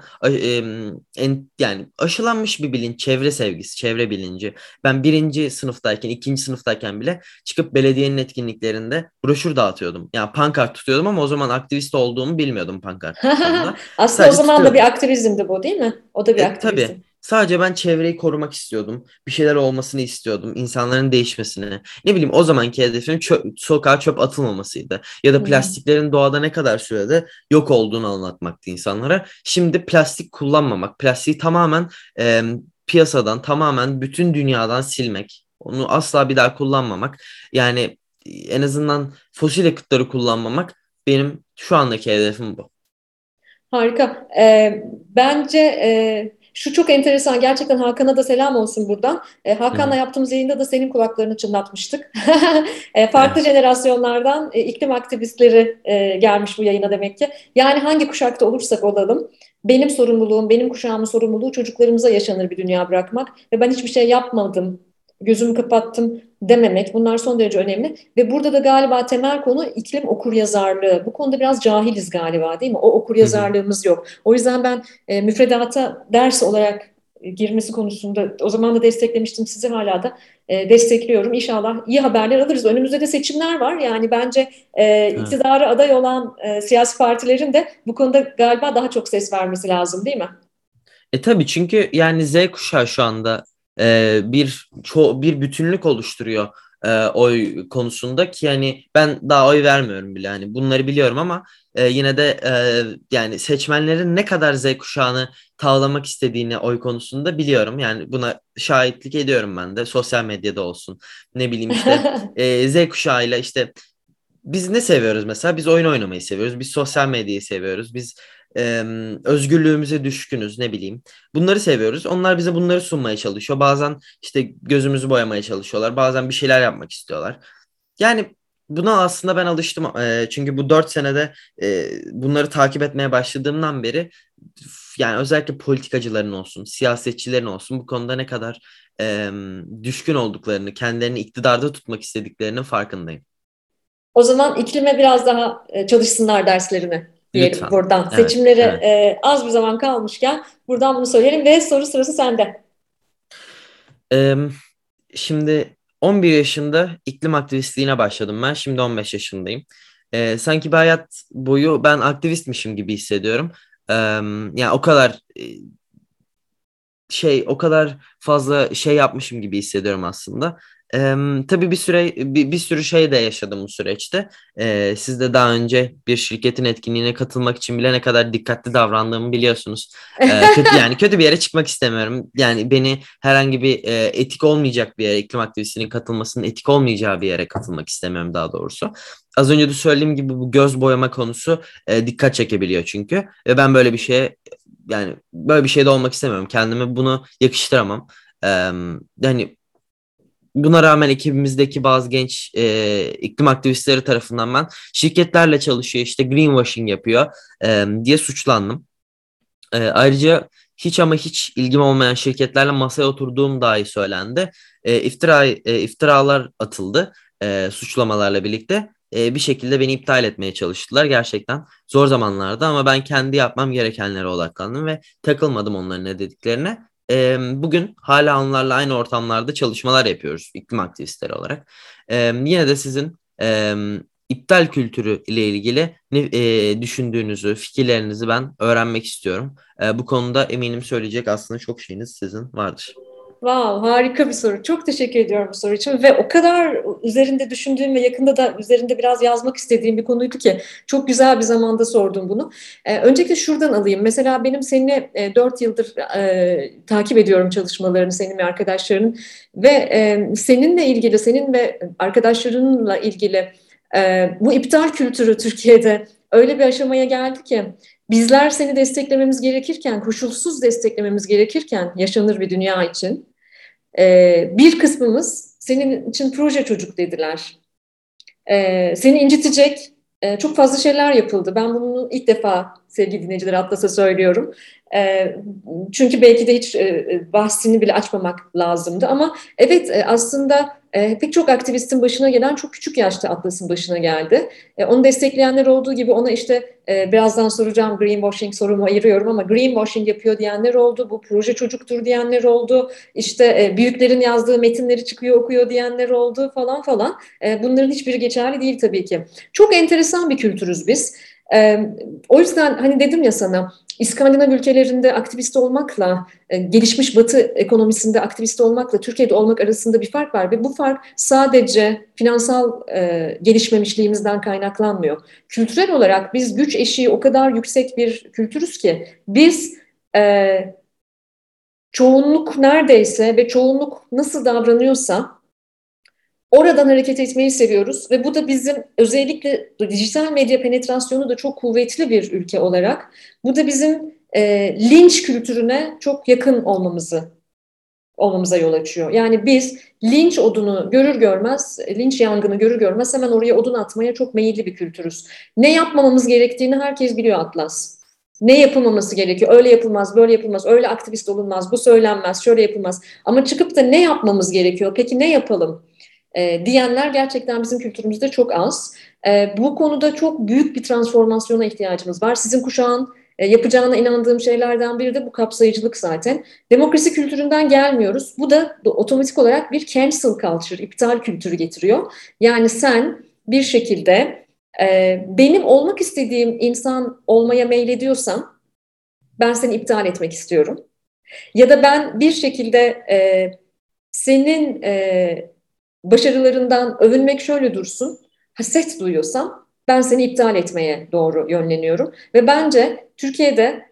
[SPEAKER 2] yani aşılanmış bir bilinç, çevre sevgisi, çevre bilinci. Ben birinci sınıftayken, ikinci sınıftayken bile çıkıp belediyenin etkinliklerinde broşür dağıtıyordum. Yani pankart tutuyordum ama o zaman aktivist olduğumu bilmiyordum pankart tuttuğumda.
[SPEAKER 1] Aslında o
[SPEAKER 2] Sadece
[SPEAKER 1] zaman da bir
[SPEAKER 2] tutuyordum.
[SPEAKER 1] aktivizmdi bu, değil mi? O da bir aktivizm.
[SPEAKER 2] Tabii. Sadece ben çevreyi korumak istiyordum. Bir şeyler olmasını istiyordum. İnsanların değişmesini. Ne bileyim o zamanki hedefim sokağa çöp atılmamasıydı. Ya da
[SPEAKER 1] Hı hı.
[SPEAKER 2] plastiklerin doğada ne kadar sürede yok olduğunu anlatmaktı insanlara. Şimdi plastik kullanmamak. Plastiği tamamen e, piyasadan, tamamen bütün dünyadan silmek. Onu asla bir daha kullanmamak. Yani en azından fosil yakıtları kullanmamak benim şu andaki hedefim bu.
[SPEAKER 1] Harika. Bence şu çok enteresan. Gerçekten Hakan'a da selam olsun buradan.
[SPEAKER 2] Hı
[SPEAKER 1] Hakan'la
[SPEAKER 2] hı.
[SPEAKER 1] yaptığımız yayında da senin kulaklarını çınlatmıştık. Farklı
[SPEAKER 2] Evet.
[SPEAKER 1] jenerasyonlardan iklim aktivistleri gelmiş bu yayına demek ki. Yani hangi kuşakta olursak olalım, benim sorumluluğum, benim kuşağımın sorumluluğu çocuklarımıza yaşanır bir dünya bırakmak. Ve ben hiçbir şey yapmadım, gözümü kapattım dememek. Bunlar son derece önemli. Ve burada da galiba temel konu iklim okuryazarlığı. Bu konuda biraz cahiliz galiba, değil mi? O
[SPEAKER 2] Hı hı.
[SPEAKER 1] okuryazarlığımız yok. O yüzden ben müfredata ders olarak girmesi konusunda o zaman da desteklemiştim, sizi hala da destekliyorum. İnşallah iyi haberler alırız. Önümüzde de seçimler var. Yani bence
[SPEAKER 2] Evet.
[SPEAKER 1] iktidara aday olan siyasi partilerin de bu konuda galiba daha çok ses vermesi lazım, değil mi?
[SPEAKER 2] Tabii çünkü yani Z kuşağı şu anda bir bütünlük oluşturuyor oy konusunda ki yani ben daha oy vermiyorum bile hani bunları biliyorum ama yine de yani seçmenlerin ne kadar Z kuşağını tavlamak istediğini oy konusunda biliyorum. Yani buna şahitlik ediyorum ben de sosyal medyada olsun ne bileyim işte Z kuşağıyla işte biz ne seviyoruz mesela? Biz oyun oynamayı seviyoruz. Biz sosyal medyayı seviyoruz. Biz e, özgürlüğümüze düşkünüz ne bileyim. Bunları seviyoruz. Onlar bize bunları sunmaya çalışıyor. Bazen işte gözümüzü boyamaya çalışıyorlar. Bazen bir şeyler yapmak istiyorlar. Yani buna aslında ben alıştım. Çünkü bu 4 senede bunları takip etmeye başladığımdan beri yani özellikle politikacıların olsun, siyasetçilerin olsun bu konuda ne kadar düşkün olduklarını, kendilerini iktidarda tutmak istediklerinin farkındayım.
[SPEAKER 1] O zaman iklime biraz daha çalışsınlar derslerini diyelim
[SPEAKER 2] Lütfen.
[SPEAKER 1] buradan.
[SPEAKER 2] Evet,
[SPEAKER 1] Seçimlere
[SPEAKER 2] evet.
[SPEAKER 1] az bir zaman kalmışken buradan bunu söyleyelim ve soru sırası sende.
[SPEAKER 2] Ee, Şimdi 11 yaşında iklim aktivistliğine başladım ben. Şimdi 15 yaşındayım. Sanki bir hayat boyu ben aktivistmişim gibi hissediyorum. Ee, Yani o kadar o kadar fazla şey yapmışım gibi hissediyorum aslında. Tabii bir sürü şey de yaşadım bu süreçte. Siz de daha önce bir şirketin etkinliğine katılmak için bile ne kadar dikkatli davrandığımı biliyorsunuz. Kötü bir yere çıkmak istemiyorum. Yani beni herhangi bir etik olmayacak bir yere, iklim aktivistinin katılmasının etik olmayacağı bir yere katılmak istemiyorum daha doğrusu. Az önce de söylediğim gibi bu göz boyama konusu dikkat çekebiliyor çünkü. Ve ben böyle bir şeye yani böyle bir şeyde olmak istemiyorum. Kendime bunu yakıştıramam. Ee, Yani buna rağmen ekibimizdeki bazı genç iklim aktivistleri tarafından ben şirketlerle çalışıyor işte greenwashing yapıyor diye suçlandım. Ayrıca hiç ama hiç ilgim olmayan şirketlerle masaya oturduğum dahi söylendi. İftiralar atıldı suçlamalarla birlikte. Bir şekilde beni iptal etmeye çalıştılar. Gerçekten zor zamanlarda ama ben kendi yapmam gerekenlere odaklandım ve takılmadım onların ne dediklerine. bugün hala onlarla aynı ortamlarda çalışmalar yapıyoruz iklim aktivistleri olarak. Yine de sizin iptal kültürü ile ilgili düşündüğünüzü, fikirlerinizi ben öğrenmek istiyorum. Bu konuda eminim söyleyecek aslında çok şeyiniz sizin vardır.
[SPEAKER 1] Wow, harika bir soru. Çok teşekkür ediyorum bu soru için ve o kadar üzerinde düşündüğüm ve yakında da üzerinde biraz yazmak istediğim bir konuydu ki çok güzel bir zamanda sordum bunu. Öncelikle şuradan alayım. Mesela benim seninle 4 yıldır takip ediyorum çalışmalarını, senin ve arkadaşlarının ve seninle ilgili, senin ve arkadaşlarınla ilgili bu iptal kültürü Türkiye'de öyle bir aşamaya geldi ki bizler seni desteklememiz gerekirken, koşulsuz desteklememiz gerekirken yaşanır bir dünya için bir kısmımız senin için proje çocuk dediler. Seni incitecek çok fazla şeyler yapıldı. Ben bunu ilk defa sevgili dinleyiciler Atlas'a söylüyorum. E, Çünkü belki de hiç bahsini bile açmamak lazımdı. Ama evet aslında pek çok aktivistin başına gelen çok küçük yaşta Atlas'ın başına geldi. Onu destekleyenler olduğu gibi ona işte birazdan soracağım greenwashing sorumu ayırıyorum ama greenwashing yapıyor diyenler oldu. Bu proje çocuktur diyenler oldu. İşte büyüklerin yazdığı metinleri çıkıyor okuyor diyenler oldu falan falan. Bunların hiçbiri geçerli değil tabii ki. Çok enteresan bir kültürüz biz. O yüzden hani dedim ya sana İskandinav ülkelerinde aktivist olmakla gelişmiş Batı ekonomisinde aktivist olmakla Türkiye'de olmak arasında bir fark var ve bu fark sadece finansal gelişmemişliğimizden kaynaklanmıyor. Kültürel olarak biz güç eşiği o kadar yüksek bir kültürüz ki biz e, çoğunluk neredeyse ve çoğunluk nasıl davranıyorsa oradan hareket etmeyi seviyoruz ve bu da bizim özellikle dijital medya penetrasyonu da çok kuvvetli bir ülke olarak bu da bizim linç kültürüne çok yakın olmamıza yol açıyor. Yani biz linç odunu görür görmez, linç yangını görür görmez hemen oraya odun atmaya çok meyilli bir kültürüz. Ne yapmamamız gerektiğini herkes biliyor Atlas. Ne yapılmaması gerekiyor? Öyle yapılmaz, böyle yapılmaz, öyle aktivist olunmaz, bu söylenmez, şöyle yapılmaz. Ama çıkıp da ne yapmamız gerekiyor? Peki ne yapalım? Diyenler gerçekten bizim kültürümüzde çok az. Bu konuda çok büyük bir transformasyona ihtiyacımız var. Sizin kuşağın yapacağına inandığım şeylerden biri de bu kapsayıcılık zaten. Demokrasi kültüründen gelmiyoruz. Bu da otomatik olarak bir cancel culture, iptal kültürü getiriyor. Yani sen bir şekilde benim olmak istediğim insan olmaya meylediyorsan ben seni iptal etmek istiyorum. Ya da ben bir şekilde senin başarılarından övünmek şöyle dursun, haset duyuyorsam ben seni iptal etmeye doğru yönleniyorum. Ve bence Türkiye'de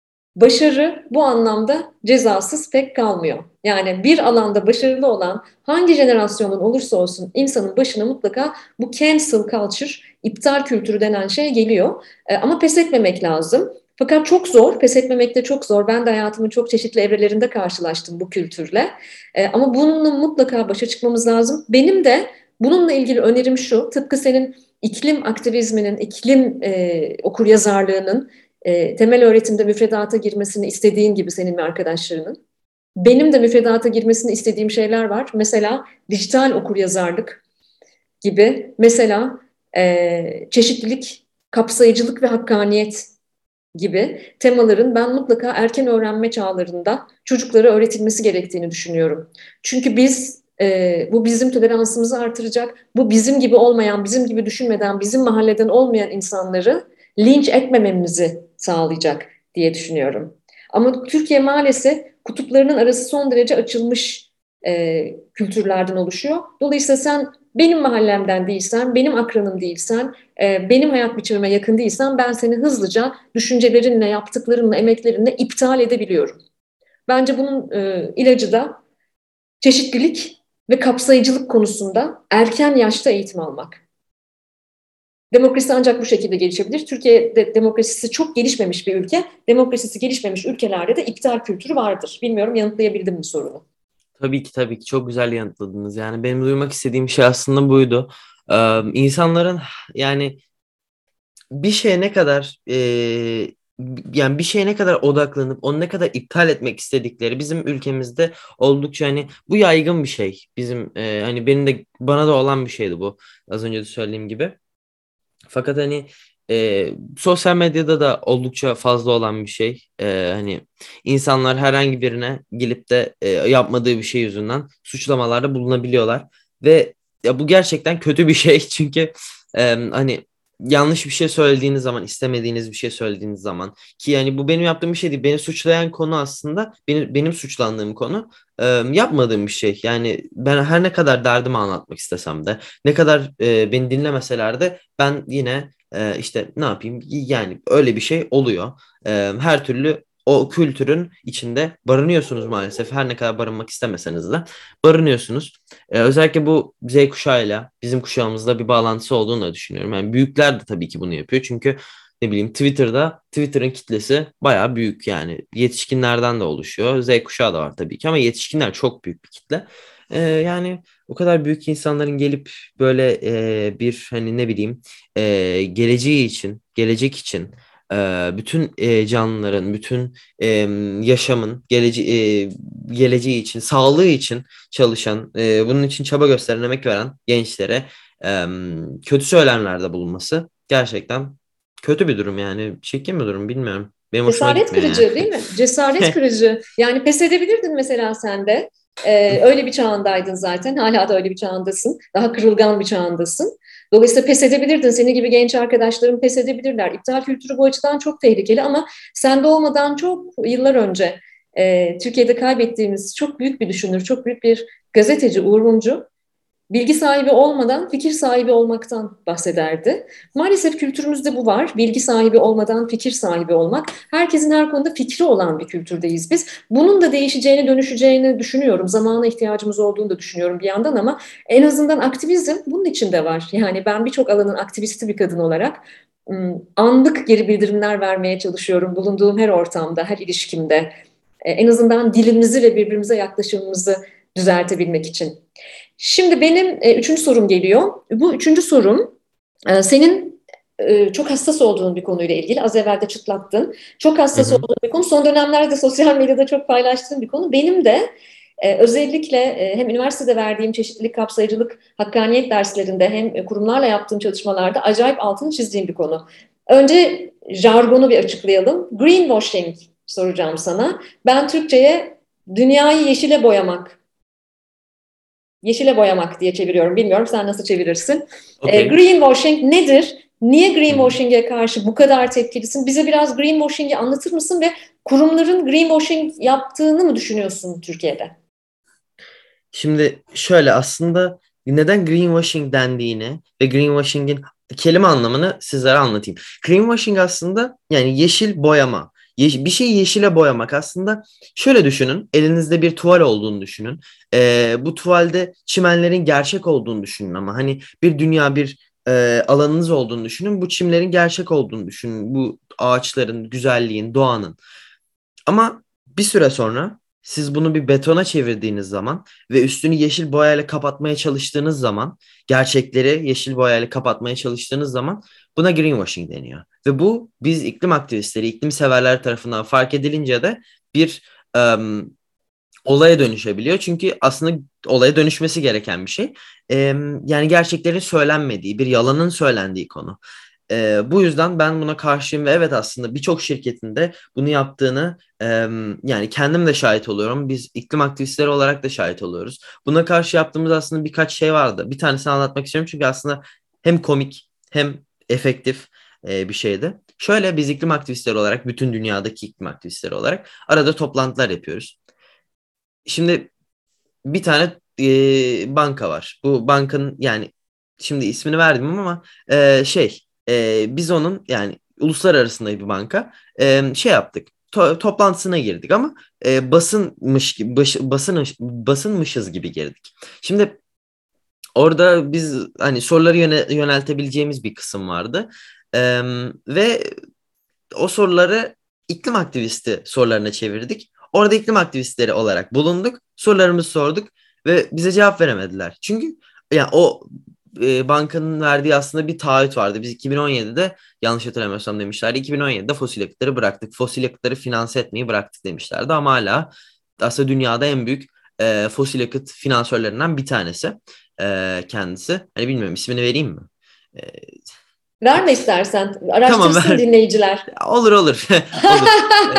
[SPEAKER 1] başarı bu anlamda cezasız pek kalmıyor. Yani bir alanda başarılı olan hangi jenerasyonun olursa olsun insanın başına mutlaka bu cancel culture, iptal kültürü denen şey geliyor. Ama pes etmemek lazım. Fakat çok zor, pes etmemek de çok zor. Ben de hayatımın çok çeşitli evrelerinde karşılaştım bu kültürle. Ama bununla mutlaka başa çıkmamız lazım. Benim de bununla ilgili önerim şu, tıpkı senin iklim aktivizminin, iklim okuryazarlığının temel öğretimde müfredata girmesini istediğin gibi senin ve arkadaşlarının. Benim de müfredata girmesini istediğim şeyler var. Mesela dijital okuryazarlık gibi. Mesela çeşitlilik, kapsayıcılık ve hakkaniyet gibi temaların ben mutlaka erken öğrenme çağlarında çocuklara öğretilmesi gerektiğini düşünüyorum. Çünkü bu bizim toleransımızı artıracak, bu bizim gibi olmayan, bizim gibi düşünmeden, bizim mahalleden olmayan insanları linç etmememizi sağlayacak diye düşünüyorum. Ama Türkiye maalesef kutuplarının arası son derece açılmış kültürlerden oluşuyor. Dolayısıyla sen benim mahallemden değilsen, benim akranım değilsen, benim hayat biçimime yakın değilsen ben seni hızlıca düşüncelerinle, yaptıklarınla, emeklerinle iptal edebiliyorum. Bence bunun ilacı da çeşitlilik ve kapsayıcılık konusunda erken yaşta eğitim almak. Demokrasi ancak bu şekilde gelişebilir. Türkiye'de demokrasisi çok gelişmemiş bir ülke. Demokrasisi gelişmemiş ülkelerde de iptal kültürü vardır. Bilmiyorum yanıtlayabildim mi sorunu?
[SPEAKER 2] Tabii ki çok güzel yanıtladınız. Yani benim duymak istediğim şey aslında buydu. İnsanların yani bir şeye ne kadar yani bir şeye ne kadar odaklanıp onu ne kadar iptal etmek istedikleri bizim ülkemizde oldukça hani bu yaygın bir şey. Bizim hani benim de bana da olan bir şeydi bu. Az önce de söylediğim gibi. Fakat hani Sosyal medyada da oldukça fazla olan bir şey. Hani insanlar herhangi birine gelip de yapmadığı bir şey yüzünden suçlamalarda bulunabiliyorlar ve ya bu gerçekten kötü bir şey çünkü hani yanlış bir şey söylediğiniz zaman, istemediğiniz bir şey söylediğiniz zaman ki yani bu benim yaptığım bir şey değil. Beni suçlayan konu aslında benim suçlandığım konu yapmadığım bir şey. Yani ben her ne kadar derdimi anlatmak istesem de, ne kadar beni dinlemeseler de ben yine işte ne yapayım? Yani öyle bir şey oluyor. Her türlü o kültürün içinde barınıyorsunuz maalesef. Her ne kadar barınmak istemeseniz de barınıyorsunuz. Özellikle bu Z kuşağıyla bizim kuşağımızda bir bağlantısı olduğunu da düşünüyorum. Yani büyükler de tabii ki bunu yapıyor. Çünkü ne bileyim Twitter'ın kitlesi bayağı büyük yani. Yetişkinlerden de oluşuyor. Z kuşağı da var tabii ki ama yetişkinler çok büyük bir kitle. Yani o kadar büyük insanların gelip böyle bir hani ne bileyim gelecek için bütün canlıların, bütün e, yaşamın geleceği için, sağlığı için çalışan, bunun için çaba gösteren, emek veren gençlere e, kötü söylemlerde bulunması gerçekten kötü bir durum yani. Çirkin bir durum bilmiyorum. Benim hoşuma
[SPEAKER 1] Cesaret
[SPEAKER 2] gitmiyor yani.
[SPEAKER 1] kırıcı değil mi? Cesaret kırıcı. Yani pes edebilirdin mesela sen de. Öyle bir çağındaydın zaten. Hala da öyle bir çağındasın. Daha kırılgan bir çağındasın. Dolayısıyla pes edebilirdin. Senin gibi genç arkadaşların pes edebilirler. İptal kültürü bu açıdan çok tehlikeli ama sen doğmadan çok yıllar önce Türkiye'de kaybettiğimiz çok büyük bir düşünür, çok büyük bir gazeteci Uğur Mumcu bilgi sahibi olmadan fikir sahibi olmaktan bahsederdi. Maalesef kültürümüzde bu var. Bilgi sahibi olmadan fikir sahibi olmak. Herkesin her konuda fikri olan bir kültürdeyiz biz. Bunun da değişeceğini, dönüşeceğini düşünüyorum. Zamana ihtiyacımız olduğunu da düşünüyorum bir yandan ama en azından aktivizm bunun içinde var. Yani ben birçok alanın aktivisti bir kadın olarak anlık geri bildirimler vermeye çalışıyorum bulunduğum her ortamda, her ilişkimde. En azından dilimizi ve birbirimize yaklaşımımızı düzeltebilmek için. Şimdi benim üçüncü sorum geliyor. Bu üçüncü sorum senin çok hassas olduğun bir konuyla ilgili. Az evvel de çıtlattın. Çok
[SPEAKER 2] Hı
[SPEAKER 1] hassas
[SPEAKER 2] hı.
[SPEAKER 1] olduğun bir konu. Son dönemlerde sosyal medyada çok paylaştığım bir konu. Benim de özellikle hem üniversitede verdiğim çeşitlilik, kapsayıcılık, hakkaniyet derslerinde hem kurumlarla yaptığım çalışmalarda acayip altını çizdiğim bir konu. Önce jargonu bir açıklayalım. Greenwashing soracağım sana. Ben Türkçe'ye dünyayı yeşile boyamak diye çeviriyorum. Bilmiyorum sen nasıl çevirirsin.
[SPEAKER 2] Okey.
[SPEAKER 1] Greenwashing nedir? Niye
[SPEAKER 2] Hı hı.
[SPEAKER 1] greenwashing'e karşı bu kadar tepkilisin? Bize biraz greenwashing'i anlatır mısın ve kurumların greenwashing yaptığını mı düşünüyorsun Türkiye'de?
[SPEAKER 2] Şimdi şöyle aslında neden greenwashing dendiğini ve greenwashing'in kelime anlamını sizlere anlatayım. Greenwashing aslında yani yeşil boyama. Bir şeyi yeşile boyamak aslında şöyle düşünün. Elinizde bir tuval olduğunu düşünün. Bu tuvalde çimenlerin gerçek olduğunu düşünün ama hani bir dünya bir alanınız olduğunu düşünün. Bu çimlerin gerçek olduğunu düşünün. Bu ağaçların, güzelliğin, doğanın. Ama bir süre sonra siz bunu bir betona çevirdiğiniz zaman ve üstünü yeşil boyayla kapatmaya çalıştığınız zaman, gerçekleri yeşil boyayla kapatmaya çalıştığınız zaman buna greenwashing deniyor. Ve bu biz iklim aktivistleri, iklim severler tarafından fark edilince de bir olaya dönüşebiliyor. Çünkü aslında olaya dönüşmesi gereken bir şey. Yani gerçeklerin söylenmediği, bir yalanın söylendiği konu. Bu yüzden ben buna karşıyım ve evet aslında birçok şirketin de bunu yaptığını yani kendim de şahit oluyorum. Biz iklim aktivistleri olarak da şahit oluyoruz. Buna karşı yaptığımız aslında birkaç şey vardı. Bir tanesini anlatmak istiyorum çünkü aslında hem komik hem efektif bir şeydi. Şöyle biz iklim aktivistleri olarak bütün dünyadaki iklim aktivistleri olarak arada toplantılar yapıyoruz. Şimdi bir tane banka var. Bu bankanın yani şimdi ismini verdim ama biz onun yani uluslararası bir banka şey yaptık. Toplantısına girdik ama basınmışız gibi girdik. Şimdi orada biz hani soruları yöneltebileceğimiz bir kısım vardı. E, Ve o soruları iklim aktivisti sorularına çevirdik. Orada iklim aktivistleri olarak bulunduk. Sorularımızı sorduk ve bize cevap veremediler. Çünkü yani o bankanın verdiği aslında bir taahhüt vardı. Biz 2017'de yanlış hatırlamıyorsam demişlerdi. 2017'de fosil yakıtları bıraktık. Fosil yakıtları finanse etmeyi bıraktık demişlerdi ama hala aslında dünyada en büyük fosil yakıt finansörlerinden bir tanesi kendisi. Hani bilmiyorum ismini vereyim mi? E,
[SPEAKER 1] Verme istersen.
[SPEAKER 2] Tamam
[SPEAKER 1] Araştırsın
[SPEAKER 2] ver.
[SPEAKER 1] dinleyiciler.
[SPEAKER 2] Olur olur. Olur.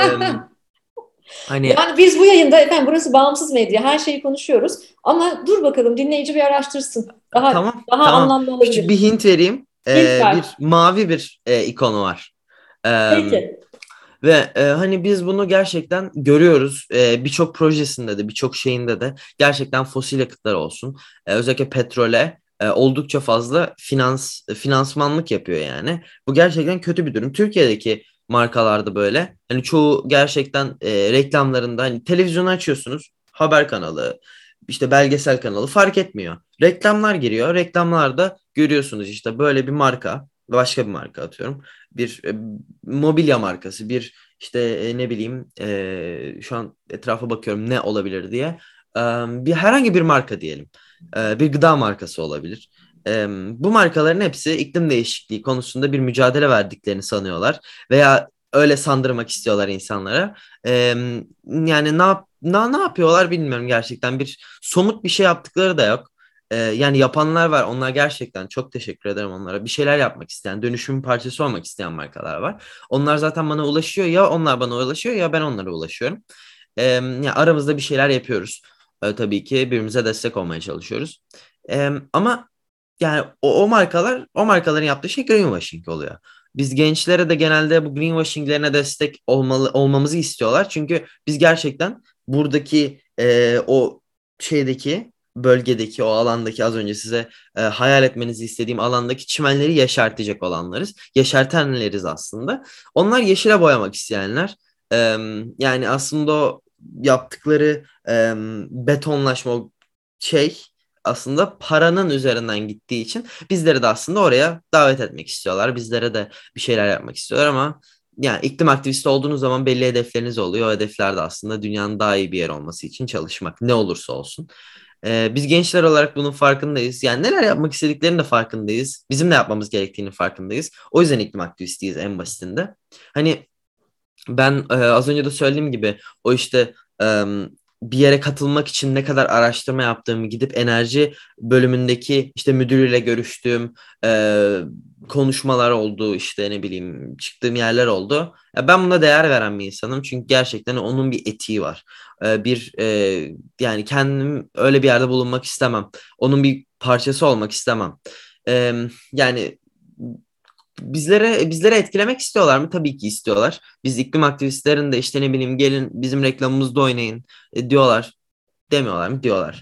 [SPEAKER 2] Hani
[SPEAKER 1] Yani biz bu yayında efendim burası bağımsız medya. Her şeyi konuşuyoruz. Ama dur bakalım dinleyici bir araştırsın. Daha
[SPEAKER 2] tamam
[SPEAKER 1] daha
[SPEAKER 2] tamam.
[SPEAKER 1] anlamlı
[SPEAKER 2] Küçük bir
[SPEAKER 1] olabilir.
[SPEAKER 2] hint vereyim.
[SPEAKER 1] Hint ver.
[SPEAKER 2] Bir mavi bir ikonu var.
[SPEAKER 1] Peki.
[SPEAKER 2] Ve hani biz bunu gerçekten görüyoruz. Birçok projesinde de birçok şeyinde de gerçekten fosil yakıtlar olsun. Özellikle petrole oldukça fazla finansmanlık yapıyor yani. Bu gerçekten kötü bir durum. Türkiye'deki markalarda böyle. Hani çoğu gerçekten reklamlarında hani televizyonu açıyorsunuz. Haber kanalı, işte belgesel kanalı fark etmiyor. Reklamlar giriyor. Reklamlarda görüyorsunuz işte böyle bir marka, başka bir marka atıyorum. Bir mobilya markası, bir işte ne bileyim şu an etrafa bakıyorum ne olabilir diye. Bir herhangi bir marka diyelim. Bir gıda markası olabilir. Bu markaların hepsi iklim değişikliği konusunda bir mücadele verdiklerini sanıyorlar veya öyle sandırmak istiyorlar insanlara. Yani ne yapıyorlar bilmiyorum gerçekten. Bir somut bir şey yaptıkları da yok. Yani yapanlar var. Onlar gerçekten çok teşekkür ederim onlara. Bir şeyler yapmak isteyen, dönüşümün parçası olmak isteyen markalar var. Onlar zaten bana ulaşıyor. Ya onlar bana ulaşıyor ya ben onlara ulaşıyorum. Ya aramızda bir şeyler yapıyoruz. Tabii ki birbirimize destek olmaya çalışıyoruz. Ama yani o markalar, o markaların yaptığı şey greenwashing oluyor. Biz gençlere de genelde bu greenwashinglerine destek olmamızı istiyorlar. Çünkü biz gerçekten buradaki o şeydeki bölgedeki o alandaki az önce size hayal etmenizi istediğim alandaki çimenleri yeşertecek olanlarız. Yeşertenleriz aslında. Onlar yeşile boyamak isteyenler. E, Yani aslında o yaptıkları betonlaşma o şey aslında paranın üzerinden gittiği için bizleri de aslında oraya davet etmek istiyorlar. Bizlere de bir şeyler yapmak istiyorlar ama yani iklim aktivisti olduğunuz zaman belli hedefleriniz oluyor. O hedefler de aslında dünyanın daha iyi bir yer olması için çalışmak ne olursa olsun. Biz gençler olarak bunun farkındayız. Yani neler yapmak istediklerinin de farkındayız. Bizim ne yapmamız gerektiğini farkındayız. O yüzden iklim aktivistiyiz en basitinde. Hani ben az önce de söylediğim gibi o işte bir yere katılmak için ne kadar araştırma yaptığımı gidip enerji bölümündeki işte müdürüyle görüştüğüm e, konuşmalar oldu işte ne bileyim çıktığım yerler oldu. Ya ben buna değer veren bir insanım çünkü gerçekten onun bir etiği var. Yani kendim öyle bir yerde bulunmak istemem. Onun bir parçası olmak istemem. Yani bizlere etkilemek istiyorlar mı? Tabii ki istiyorlar. Biz iklim aktivistlerin de işte ne bileyim gelin bizim reklamımızda oynayın diyorlar. Demiyorlar mı? Diyorlar.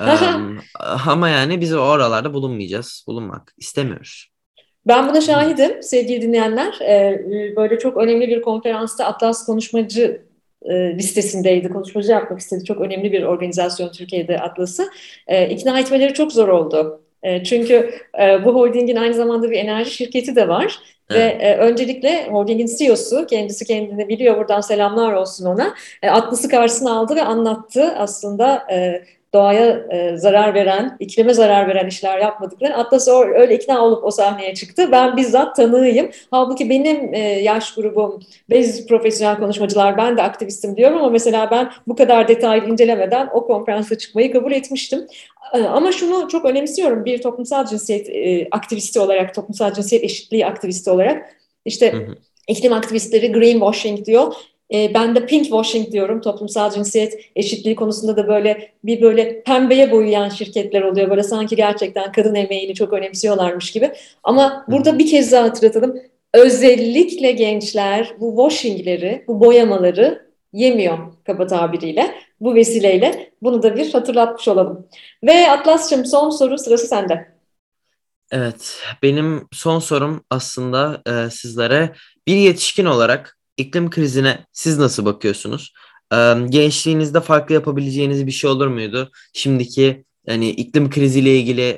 [SPEAKER 2] Ama yani biz oralarda bulunmayacağız. Bulunmak istemiyoruz.
[SPEAKER 1] Ben buna
[SPEAKER 2] Bulamayız.
[SPEAKER 1] şahidim sevgili dinleyenler. Böyle çok önemli bir konferansta Atlas konuşmacı listesindeydi. Konuşmacı yapmak istedi. Çok önemli bir organizasyon Türkiye'de Atlas'ı. İkna etmeleri çok zor oldu. Çünkü bu holdingin aynı zamanda bir enerji şirketi de var. Ve
[SPEAKER 2] Evet.
[SPEAKER 1] öncelikle holdingin CEO'su kendisi kendini biliyor. Buradan selamlar olsun ona. Atlas'ı karşısına aldı ve anlattı aslında doğaya zarar veren, iklime zarar veren işler yapmadıklarını. Atlas öyle ikna olup o sahneye çıktı. Ben bizzat tanığıyım. Halbuki benim yaş grubum, biz profesyonel konuşmacılar, ben de aktivistim diyorum ama mesela ben bu kadar detaylı incelemeden o konferansa çıkmayı kabul etmiştim. Ama şunu çok önemsiyorum bir toplumsal cinsiyet aktivisti olarak, toplumsal cinsiyet eşitliği aktivisti olarak.
[SPEAKER 2] Hı
[SPEAKER 1] İşte
[SPEAKER 2] hı.
[SPEAKER 1] iklim aktivistleri greenwashing diyor. Ben de pink washing diyorum. Toplumsal cinsiyet eşitliği konusunda da böyle pembeye boyayan şirketler oluyor. Böyle sanki gerçekten kadın emeğini çok önemsiyorlarmış gibi. Ama
[SPEAKER 2] Hı hı.
[SPEAKER 1] burada bir kez daha hatırlatalım. Özellikle gençler bu washingleri, bu boyamaları yemiyor kaba tabiriyle. Bu vesileyle bunu da bir hatırlatmış olalım. Ve Atlas'cığım son soru sırası sende.
[SPEAKER 2] Evet, benim son sorum aslında sizlere bir yetişkin olarak iklim krizine siz nasıl bakıyorsunuz? Gençliğinizde farklı yapabileceğiniz bir şey olur muydu? Şimdiki hani iklim kriziyle ilgili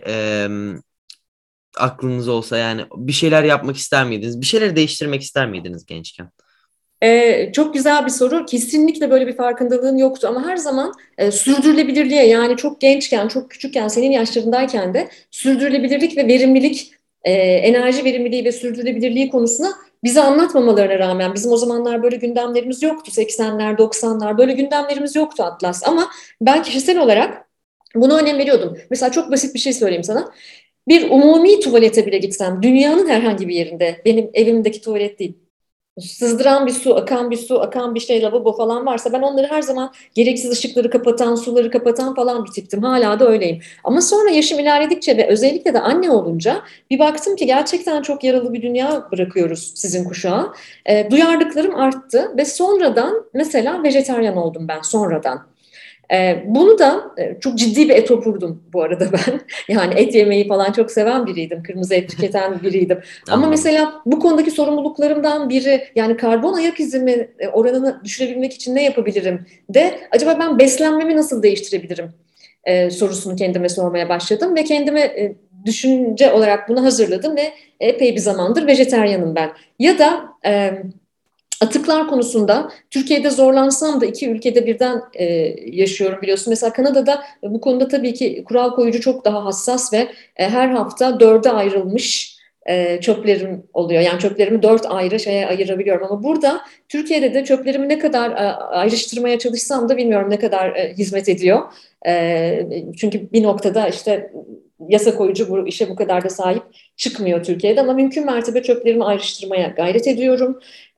[SPEAKER 2] aklınız olsa yani bir şeyler yapmak ister miydiniz? Bir şeyler değiştirmek ister miydiniz gençken?
[SPEAKER 1] Çok güzel bir soru. Kesinlikle böyle bir farkındalığım yoktu ama her zaman sürdürülebilirliğe yani çok gençken, çok küçükken, senin yaşlarındayken de sürdürülebilirlik ve verimlilik, enerji verimliliği ve sürdürülebilirliği konusuna bize anlatmamalarına rağmen bizim o zamanlar böyle gündemlerimiz yoktu. 80'ler, 90'lar böyle gündemlerimiz yoktu Atlas ama ben kişisel olarak buna önem veriyordum. Mesela çok basit bir şey söyleyeyim sana. Bir umumi tuvalete bile gitsem, dünyanın herhangi bir yerinde, benim evimdeki tuvalet değil, sızdıran bir su, akan bir su, akan bir şey, lavabo falan varsa ben onları her zaman gereksiz ışıkları kapatan, suları kapatan falan bir tiptim. Hala da öyleyim. Ama sonra yaşım ilerledikçe ve özellikle de anne olunca bir baktım ki gerçekten çok yaralı bir dünya bırakıyoruz sizin kuşağa. Duyarlılıklarım arttı ve sonradan mesela vejetaryen oldum ben sonradan. Bunu da çok ciddi bir etopurdum bu arada ben. Yani et yemeyi falan çok seven biriydim. Kırmızı et tüketen biriydim. Ama
[SPEAKER 2] Anladım.
[SPEAKER 1] mesela bu konudaki sorumluluklarımdan biri yani karbon ayak izimi oranını düşürebilmek için ne yapabilirim de acaba ben beslenmemi nasıl değiştirebilirim sorusunu kendime sormaya başladım ve kendime düşünce olarak bunu hazırladım ve epey bir zamandır vejeteryanım ben. Ya da atıklar konusunda Türkiye'de zorlansam da iki ülkede birden yaşıyorum biliyorsun. Mesela Kanada'da bu konuda tabii ki kural koyucu çok daha hassas ve her hafta dörde ayrılmış çöplerim oluyor. Yani çöplerimi dört ayrı şeye ayırabiliyorum. Ama burada Türkiye'de de çöplerimi ne kadar ayrıştırmaya çalışsam da bilmiyorum ne kadar hizmet ediyor. Çünkü bir noktada işte yasa koyucu bu işe bu kadar da sahip çıkmıyor Türkiye'de. Ama mümkün mertebe çöplerimi ayrıştırmaya gayret ediyorum.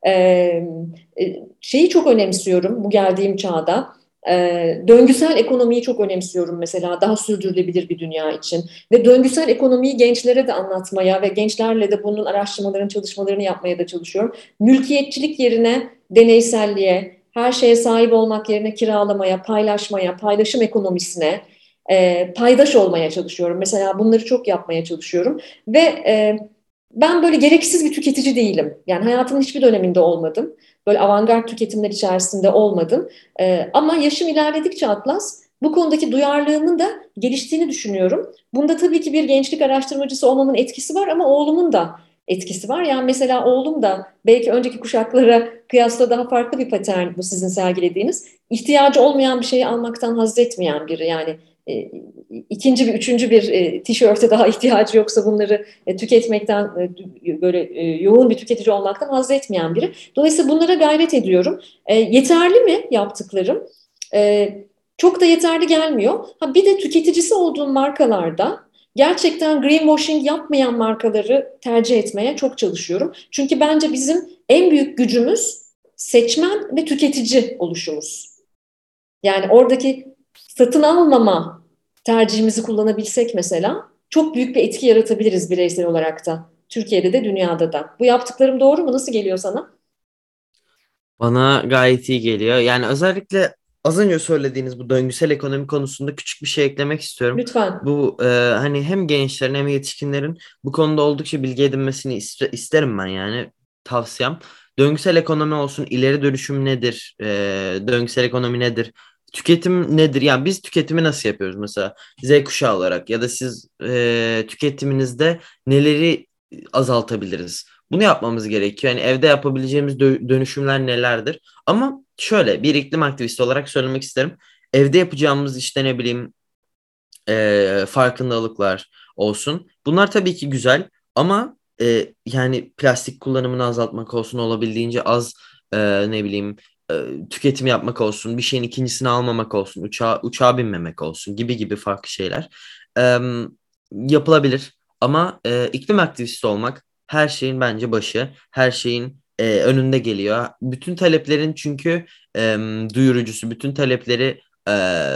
[SPEAKER 1] Şeyi çok önemsiyorum bu geldiğim çağda. Döngüsel ekonomiyi çok önemsiyorum mesela daha sürdürülebilir bir dünya için. Ve döngüsel ekonomiyi gençlere de anlatmaya ve gençlerle de bunun araştırmalarını, çalışmalarını yapmaya da çalışıyorum. Mülkiyetçilik yerine deneyselliğe, her şeye sahip olmak yerine kiralamaya, paylaşmaya, paylaşım ekonomisine, paydaş olmaya çalışıyorum. Mesela bunları çok yapmaya çalışıyorum. Ve ben böyle gereksiz bir tüketici değilim. Yani hayatımın hiçbir döneminde olmadım. Böyle avantgard tüketimler içerisinde olmadım. Ama yaşım ilerledikçe Atlas bu konudaki duyarlılığımın da geliştiğini düşünüyorum. Bunda tabii ki bir gençlik araştırmacısı olmamın etkisi var ama oğlumun da etkisi var. Yani mesela oğlum da belki önceki kuşaklara kıyasla daha farklı bir patern bu sizin sergilediğiniz. İhtiyacı olmayan bir şeyi almaktan haz etmeyen biri. Yani e, ikinci bir, üçüncü bir tişörte daha ihtiyacı yoksa bunları tüketmekten böyle yoğun bir tüketici olmaktan haz etmeyen biri. Dolayısıyla bunlara gayret ediyorum. Yeterli mi yaptıklarım? E, Çok da yeterli gelmiyor. Ha, bir de tüketicisi olduğum markalarda gerçekten greenwashing yapmayan markaları tercih etmeye çok çalışıyorum. Çünkü bence bizim en büyük gücümüz seçmen ve tüketici oluşumuz. Yani oradaki satın almama tercihimizi kullanabilsek mesela çok büyük bir etki yaratabiliriz bireysel olarak da. Türkiye'de de dünyada da. Bu yaptıklarım doğru mu? Nasıl geliyor sana?
[SPEAKER 2] Bana gayet iyi geliyor. Yani özellikle az önce söylediğiniz bu döngüsel ekonomi konusunda küçük bir şey eklemek istiyorum.
[SPEAKER 1] Lütfen.
[SPEAKER 2] Bu hani hem gençlerin hem yetişkinlerin bu konuda oldukça bilgi edinmesini isterim ben yani tavsiyem. Döngüsel ekonomi olsun, ileri dönüşüm nedir? Döngüsel ekonomi nedir? Tüketim nedir? Yani biz tüketimi nasıl yapıyoruz mesela Z kuşağı olarak ya da siz tüketiminizde neleri azaltabiliriz? Bunu yapmamız gerekiyor. Yani evde yapabileceğimiz dönüşümler nelerdir? Ama şöyle bir iklim aktivisti olarak söylemek isterim. Evde yapacağımız işte ne bileyim farkındalıklar olsun. Bunlar tabii ki güzel ama yani plastik kullanımını azaltmak olsun olabildiğince az ne bileyim tüketim yapmak olsun, bir şeyin ikincisini almamak olsun, uçağa binmemek olsun gibi gibi farklı şeyler e, yapılabilir. Ama iklim aktivisti olmak her şeyin bence başı, her şeyin önünde geliyor. Bütün taleplerin çünkü duyurucusu, bütün talepleri e,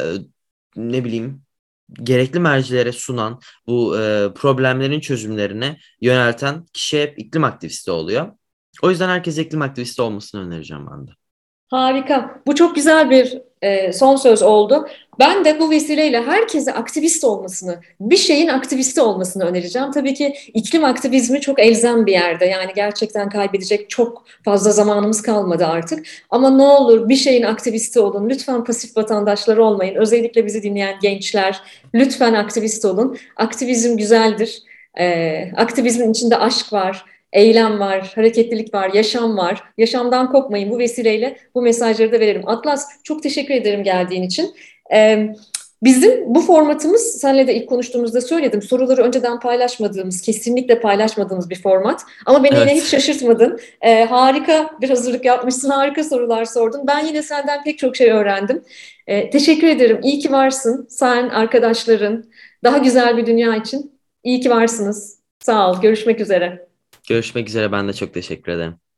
[SPEAKER 2] ne bileyim gerekli mercilere sunan bu problemlerin çözümlerine yönelten kişi hep iklim aktivisti oluyor. O yüzden herkes iklim aktivisti olmasını önereceğim ben de.
[SPEAKER 1] Harika. Bu çok güzel bir son söz oldu. Ben de bu vesileyle herkese aktivist olmasını, bir şeyin aktivisti olmasını önereceğim. Tabii ki iklim aktivizmi çok elzem bir yerde. Yani gerçekten kaybedecek çok fazla zamanımız kalmadı artık. Ama ne olur bir şeyin aktivisti olun. Lütfen pasif vatandaşları olmayın. Özellikle bizi dinleyen gençler lütfen aktivist olun. Aktivizm güzeldir. Aktivizmin içinde aşk var. Eylem var, hareketlilik var, yaşam var. Yaşamdan kopmayın. Bu vesileyle bu mesajları da verelim. Atlas, çok teşekkür ederim geldiğin için. Ee, Bizim bu formatımız, senle de ilk konuştuğumuzda söyledim, soruları önceden paylaşmadığımız, kesinlikle paylaşmadığımız bir format. Ama beni yine hiç
[SPEAKER 2] Evet.
[SPEAKER 1] şaşırtmadın. Harika bir hazırlık yapmışsın, harika sorular sordun. Ben yine senden pek çok şey öğrendim. Teşekkür ederim. İyi ki varsın. Sen, arkadaşların, daha güzel bir dünya için. İyi ki varsınız. Sağ ol. Görüşmek üzere.
[SPEAKER 2] Görüşmek üzere. Ben de çok teşekkür ederim.